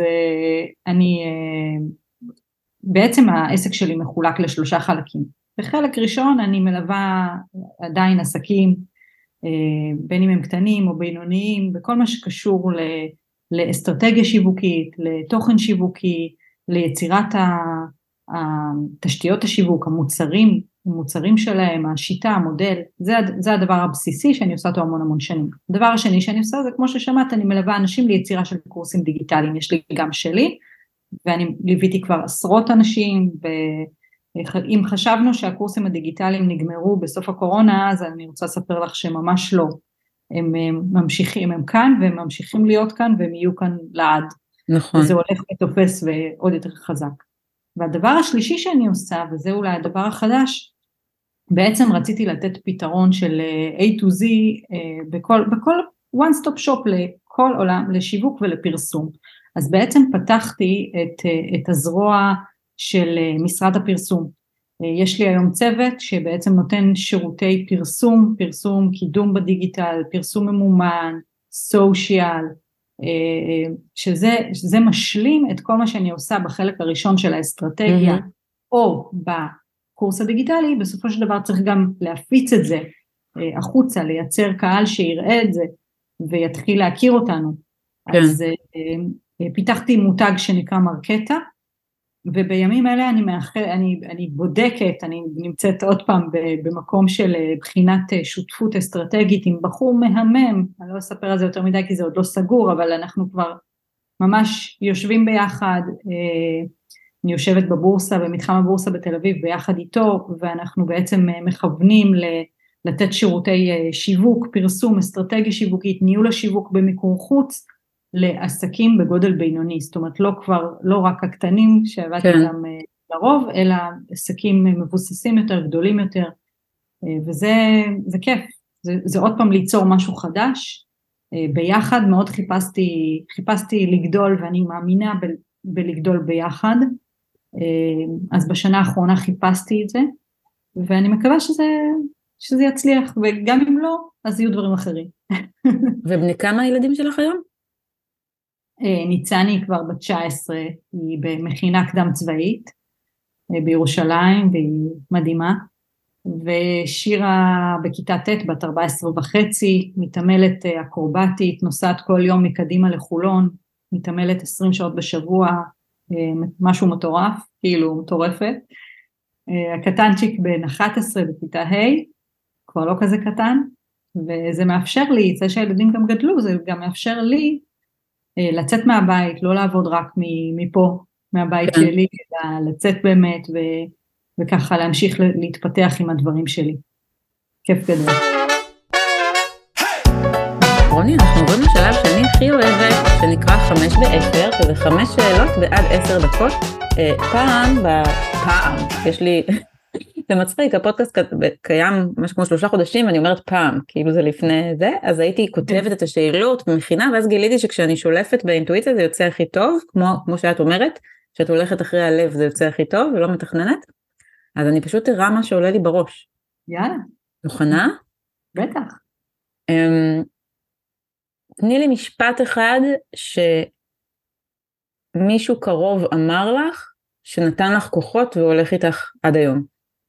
בעצם העסק שלי מחולק ל3 חלקים. בחלק ראשון אני מלווה עדיין עסקים, בין אם הם קטנים או בינוניים, בכל מה שקשור לאסטרטגיה שיווקית, לתוכן שיווקי, ליצירת תשתיות השיווק, המוצרים שלהם, השיטה, המודל, זה הדבר הבסיסי שאני עושה אותו המון שנים. הדבר השני שאני עושה זה כמו ששמעת, אני מלווה אנשים ליצירה של קורסים דיגיטליים, יש לי גם שלי, ואני ליוויתי כבר עשרות אנשים, אם חשבנו שהקורסים הדיגיטליים נגמרו בסוף הקורונה, אז אני רוצה לספר לך שממש לא, הם ממשיכים, הם כאן, והם ממשיכים להיות כאן, והם יהיו כאן לעד. נכון. וזה הולך ותופס ועוד יותר חזק. והדבר השלישי שאני עושה, וזה אולי הדבר החדש, בעצם רציתי לתת פתרון של A to Z, בכל one stop shop לכל עולם, לשיווק ולפרסום. אז בעצם פתחתי את הזרוע של משרד הפרסום. יש לי היום צוות שבעצם נותן שירותי פרסום, קידום בדיגיטל, פרסום ממומן, סושיאל, שזה משלים את כל מה שאני עושה בחלק הראשון של האסטרטגיה, או בקורס הדיגיטלי, בסופו של דבר צריך גם להפיץ את זה החוצה, לייצר קהל שיראה את זה, ויתחיל להכיר אותנו. אז פיתחתי מותג שנקרא מרקטה, ובימים אלה אני בודקת, אני נמצאת עוד פעם במקום של בחינת שותפות אסטרטגית עם בחור מהמם, אני לא אספר על זה יותר מדי כי זה עוד לא סגור, אבל אנחנו כבר ממש יושבים ביחד, אני יושבת בבורסה, במתחם הבורסה בתל אביב ביחד איתו, ואנחנו בעצם מכוונים לתת שירותי שיווק, פרסום, אסטרטגיה שיווקית, ניהול השיווק במיקור חוץ, לעסקים בגודל בינוני, זאת אומרת לא רק הקטנים שעבדתי גם לרוב, אלא עסקים מבוססים יותר, גדולים יותר, וזה כיף, זה עוד פעם ליצור משהו חדש, ביחד מאוד חיפשתי לגדול, ואני מאמינה בלגדול ביחד, אז בשנה האחרונה חיפשתי את זה, ואני מקווה שזה יצליח, וגם אם לא, אז יהיו דברים אחרים. ובני כמה הילדים שלך היום? ניצני כבר בת 19, היא במכינה קדם צבאית, בירושלים, והיא מדהימה, ושירה בכיתה ט' בת 14 וחצי, מתעמלת אקרובטית, נוסעת כל יום מקדימה לחולון, מתעמלת 20 שעות בשבוע, משהו מטורף, כאילו מטורפת. הקטנצ'יק בן 11 בכיתה ה', כבר לא כזה קטן, וזה מאפשר לי, זה שהילדים גם גדלו, זה גם מאפשר לי לצאת מהבית, לא לעבוד רק מפה, מהבית שלי, אלא לצאת באמת, וככה להמשיך להתפתח עם הדברים שלי. כיף גדול. רוני, אנחנו עוברים לשלב שאני הכי אוהבת, שנקרא 5 ב-10, שזה 5 שאלות ועד 10 דקות. פעם, יש לי, זה מצחיק, הפודקאסט קיים משהו כמו 3 חודשים, ואני אומרת פעם, כאילו זה לפני זה, אז הייתי כותבת את השאלות במכינה, ואז גיליתי שכשאני שולפת באינטואיציה זה יוצא הכי טוב, כמו שאת אומרת, שאת הולכת אחרי הלב זה יוצא הכי טוב, ולא מתכננת, אז אני פשוט אראה מה שעולה לי בראש. יאללה. מוכנה? בטח. תני לי משפט אחד שמישהו קרוב אמר לך, שנתן לך כוחות והולך איתך עד היום.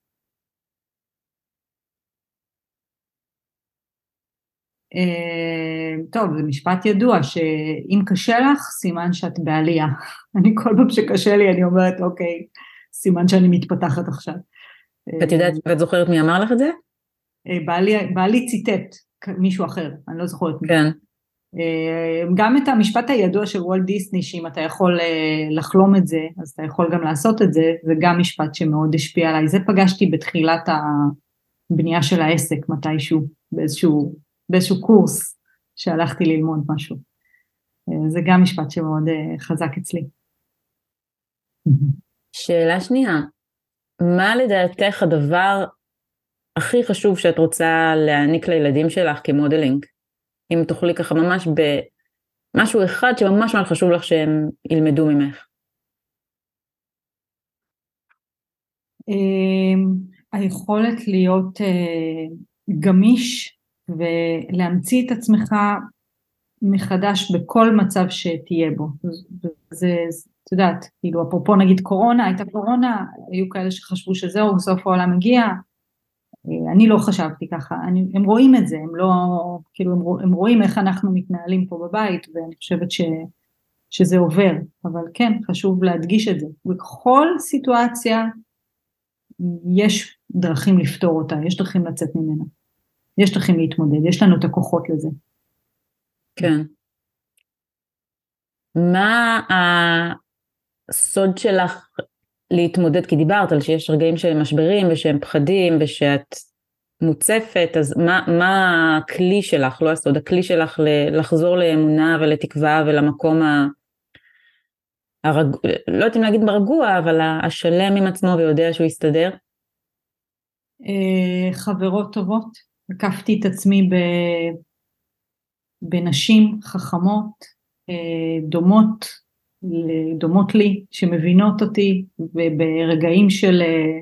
טוב, זה משפט ידוע, שאם קשה לך, סימן שאת בעלייה. אני כל פעם שקשה לי, אני אומרת, אוקיי, סימן שאני מתפתחת עכשיו. את יודעת, ואת זוכרת מי אמר לך את זה? בעלי ציטט מישהו אחר, אני לא זוכרת מי. כן. גם את המשפט הידוע של וולט דיסני, שאם אתה יכול לחלום את זה, אז אתה יכול גם לעשות את זה, זה גם משפט שמאוד השפיע עליי. זה פגשתי בתחילת הבנייה של העסק, מתישהו, באיזשהו קורס שהלכתי ללמוד משהו. זה גם משפט שמאוד חזק אצלי. שאלה שנייה, מה לדעתך הדבר הכי חשוב שאת רוצה להעניק לילדים שלך כמודלינג? אם תוכלי ככה ממש במשהו אחד שממש מאוד חשוב לך שהם ילמדו ממך. היכולת להיות גמיש ולהמציא את עצמך מחדש בכל מצב שתהיה בו. זה, את יודעת, כאילו אפרופו נגיד קורונה, הייתה קורונה, היו כאלה שחשבו שזהו, סוף העולם מגיע, אני לא חשבתי ככה, הם רואים את זה, הם לא, כאילו הם רואים איך אנחנו מתנהלים פה בבית, ואני חושבת שזה עובר, אבל כן, חשוב להדגיש את זה, בכל סיטואציה יש דרכים לפתור אותה, יש דרכים לצאת ממנה, יש דרכים להתמודד, יש לנו את הכוחות לזה. כן. מה הסוד שלך להתמודד, כי דיברת על שיש רגעים שהם משברים ושהם פחדים ושאת מוצפת, אז מה הכלי שלך, לא הסוד, הכלי שלך לחזור לאמונה ולתקווה ולמקום לא יודעת אם להגיד ברגוע, אבל השלם עם עצמו ויודע שהוא יסתדר? חברות טובות, הקפתי את עצמי בנשים חכמות, דומות לי, שמבינות אותי, וברגעים של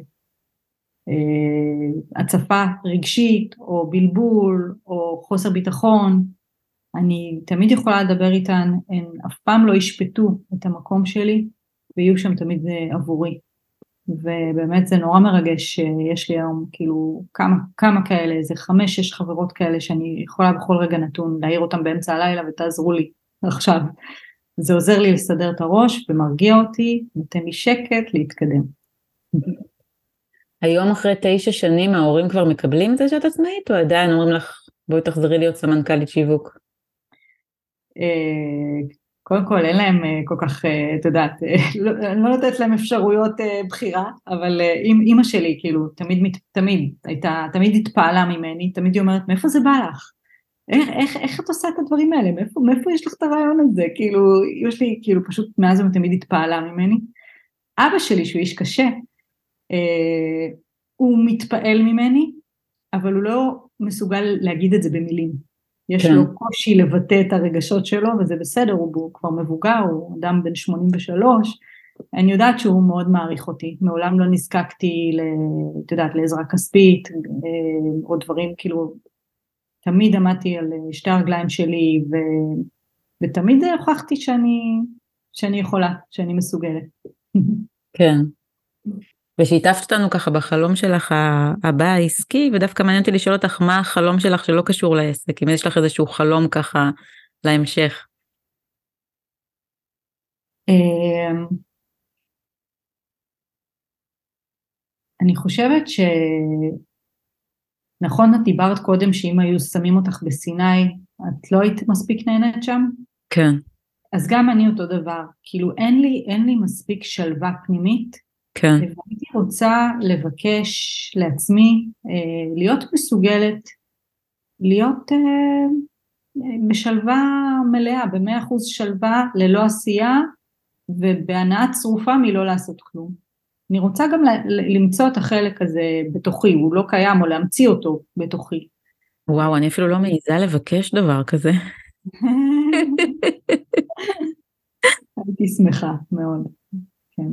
הצפה רגשית, או בלבול, או חוסר ביטחון, אני תמיד יכולה לדבר איתן, הן אף פעם לא ישפטו את המקום שלי, ויהיו שם תמיד עבורי. ובאמת זה נורא מרגש שיש לי היום כאילו כמה כאלה, איזה 5-6 חברות כאלה, שאני יכולה בכל רגע נתון להעיר אותם באמצע הלילה, ותעזרו לי עכשיו. זה עוזר לי לסדר את הראש, ומרגיע אותי, נותן לי שקט להתקדם. היום אחרי 9 שנים, ההורים כבר מקבלים את זה שאת עצמאית, או עדיין אומרים לך, בואי תחזרי להיות סמנכ"לית שיווק? קודם כל, אין להם כל כך, את יודעת, לא נותנת להם אפשרויות בחירה, אבל אמא שלי, כאילו, תמיד התפעלה ממני, תמיד היא אומרת, מאיפה זה בא לך? איך את עושה את הדברים האלה? מאיפה יש לך את הרעיון הזה? כאילו, יש לי, כאילו, פשוט מאז תמיד התפעלה ממני. אבא שלי, שהוא איש קשה, הוא מתפעל ממני, אבל הוא לא מסוגל להגיד את זה במילים. יש לו קושי לבטא את הרגשות שלו, וזה בסדר, הוא כבר מבוגר, הוא אדם בן 83, אני יודעת שהוא מאוד מעריך אותי, מעולם לא נזקקתי, את יודעת, לעזרה כספית, או דברים כאילו, תמיד עמדתי על שתי הרגליים שלי, ותמיד הוכחתי שאני יכולה, שאני מסוגלת. כן. ושיתפת אותנו ככה בחלום שלך הבא העסקי, ודווקא מעניין אותי לשאול אותך מה החלום שלך שלא קשור לעסק, אם יש לך איזשהו חלום ככה להמשך. אני חושבת נכון, את דיברת קודם שאם היו שמים אותך בסיני, את לא היית מספיק נהנית שם? כן. אז גם אני אותו דבר, כאילו אין לי מספיק שלווה פנימית, כן. והייתי רוצה לבקש לעצמי להיות מסוגלת, להיות בשלווה מלאה, ב100% שלווה, ללא עשייה, ובהנאה צרופה מלא לעשות כלום. אני רוצה גם למצוא את החלק הזה בתוכי, הוא לא קיים, או להמציא אותו בתוכי. וואו, אני אפילו לא מעיזה לבקש דבר כזה. הייתי שמחה מאוד, כן.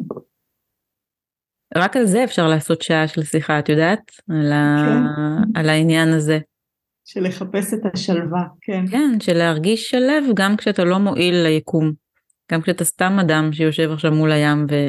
רק על זה אפשר לעשות שעה של שיחה, את יודעת? על העניין הזה. של לחפש את השלווה, כן. כן, של להרגיש שלב גם כשאתה לא מועיל ליקום. גם כשאתה סתם אדם שיושב עכשיו מול הים ו...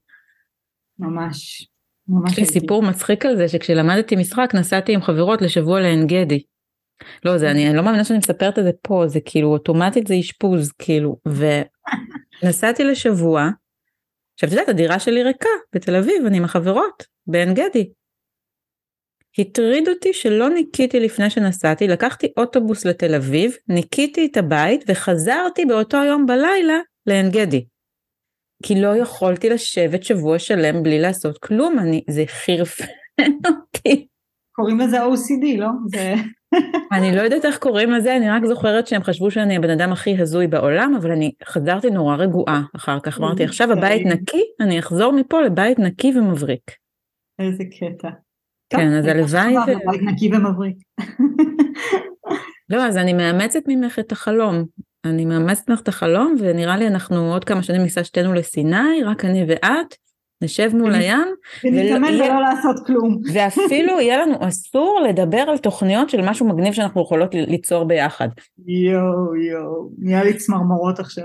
ממש. יש לי סיפור מצחיק על זה, שכשלמדתי משחק נסעתי עם חברות לשבוע לעין גדי. לא, זה אני לא מאמינה שאני מספרת את זה פה, זה כאילו אוטומטית זה אשפוז, כאילו, ונסעתי לשבוע, עכשיו, את יודעת, הדירה שלי ריקה בתל אביב, אני עם החברות, בעין גדי. הטריד אותי שלא ניקיתי לפני שנסעתי, לקחתי אוטובוס לתל אביב, ניקיתי את הבית, וחזרתי באותו יום בלילה לעין גדי. כי לא יכולתי לשבת שבוע שלם בלי לעשות כלום, זה חירפן אותי. קוראים לזה OCD, לא? אני לא יודעת איך קוראים לזה, אני רק זוכרת שהם חשבו שאני הבן אדם הכי הזוי בעולם, אבל אני חזרתי נורא רגועה אחר כך, אמרתי, עכשיו הבית נקי, אני אחזור מפה לבית נקי ומבריק. איזה קטע. כן, אז הלוואי בית נקי ומבריק. לא, אז אני מאמצת ממך את החלום, אני מאמצת ממך את החלום, ונראה לי אנחנו עוד כמה שנים ניסע שתינו לסיני, רק אני ואת, נשב מול הים, ונתאמן ולא לעשות כלום. ואפילו יהיה לנו אסור לדבר על תוכניות של משהו מגניב שאנחנו יכולות ליצור ביחד. יואו, נהיה לי צמרמרות עכשיו.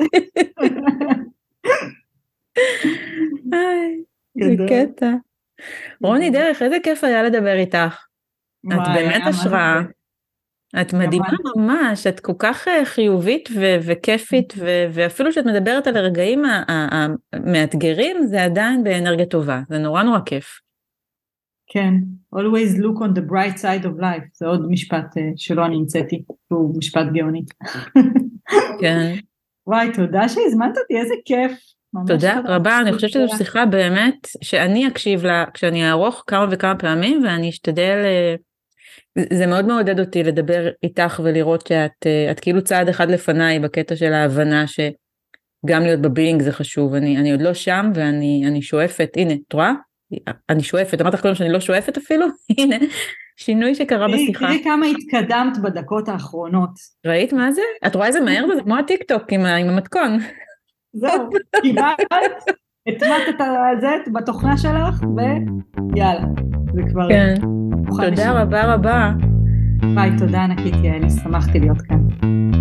זה קטע. רוני דרך, איזה כיף היה לדבר איתך. את באמת השראה. את מדהימה ממש, את כל כך חיובית וכיפית, ואפילו שאת מדברת על הרגעים המאתגרים, זה עדיין באנרגיה טובה, זה נורא נורא כיף. כן, always look on the bright side of life, זה עוד משפט שלא אני המצאתי, הוא משפט גאוני. כן. וואי, תודה שהזמנת אותי, איזה כיף. תודה רבה, אני חושבת שזו שיחה באמת, שאני אקשיב לה, כשאני אערוך כמה וכמה פעמים, ואני אשתדל... זה מאוד מעודד אותי לדבר איתך ולראות שאת כאילו צעד אחד לפניי בקטע של ההבנה שגם להיות בבינג זה חשוב, אני עוד לא שם ואני שואפת, הנה, את רואה? אני שואפת, אמרת לך קודם שאני לא שואפת אפילו, הנה, שינוי שקרה בשיחה. תראי כמה התקדמת בדקות האחרונות. ראית מה זה? את רואה איזה מהר זה כמו הטיק-טוק עם המתכון. זהו, קיבלת, התמדת את זה בתוכנה שלך ויאללה, זה כבר... כן. תודה רבה רבה. ביי, תודה ענקית יעלי, שמחתי להיות כאן.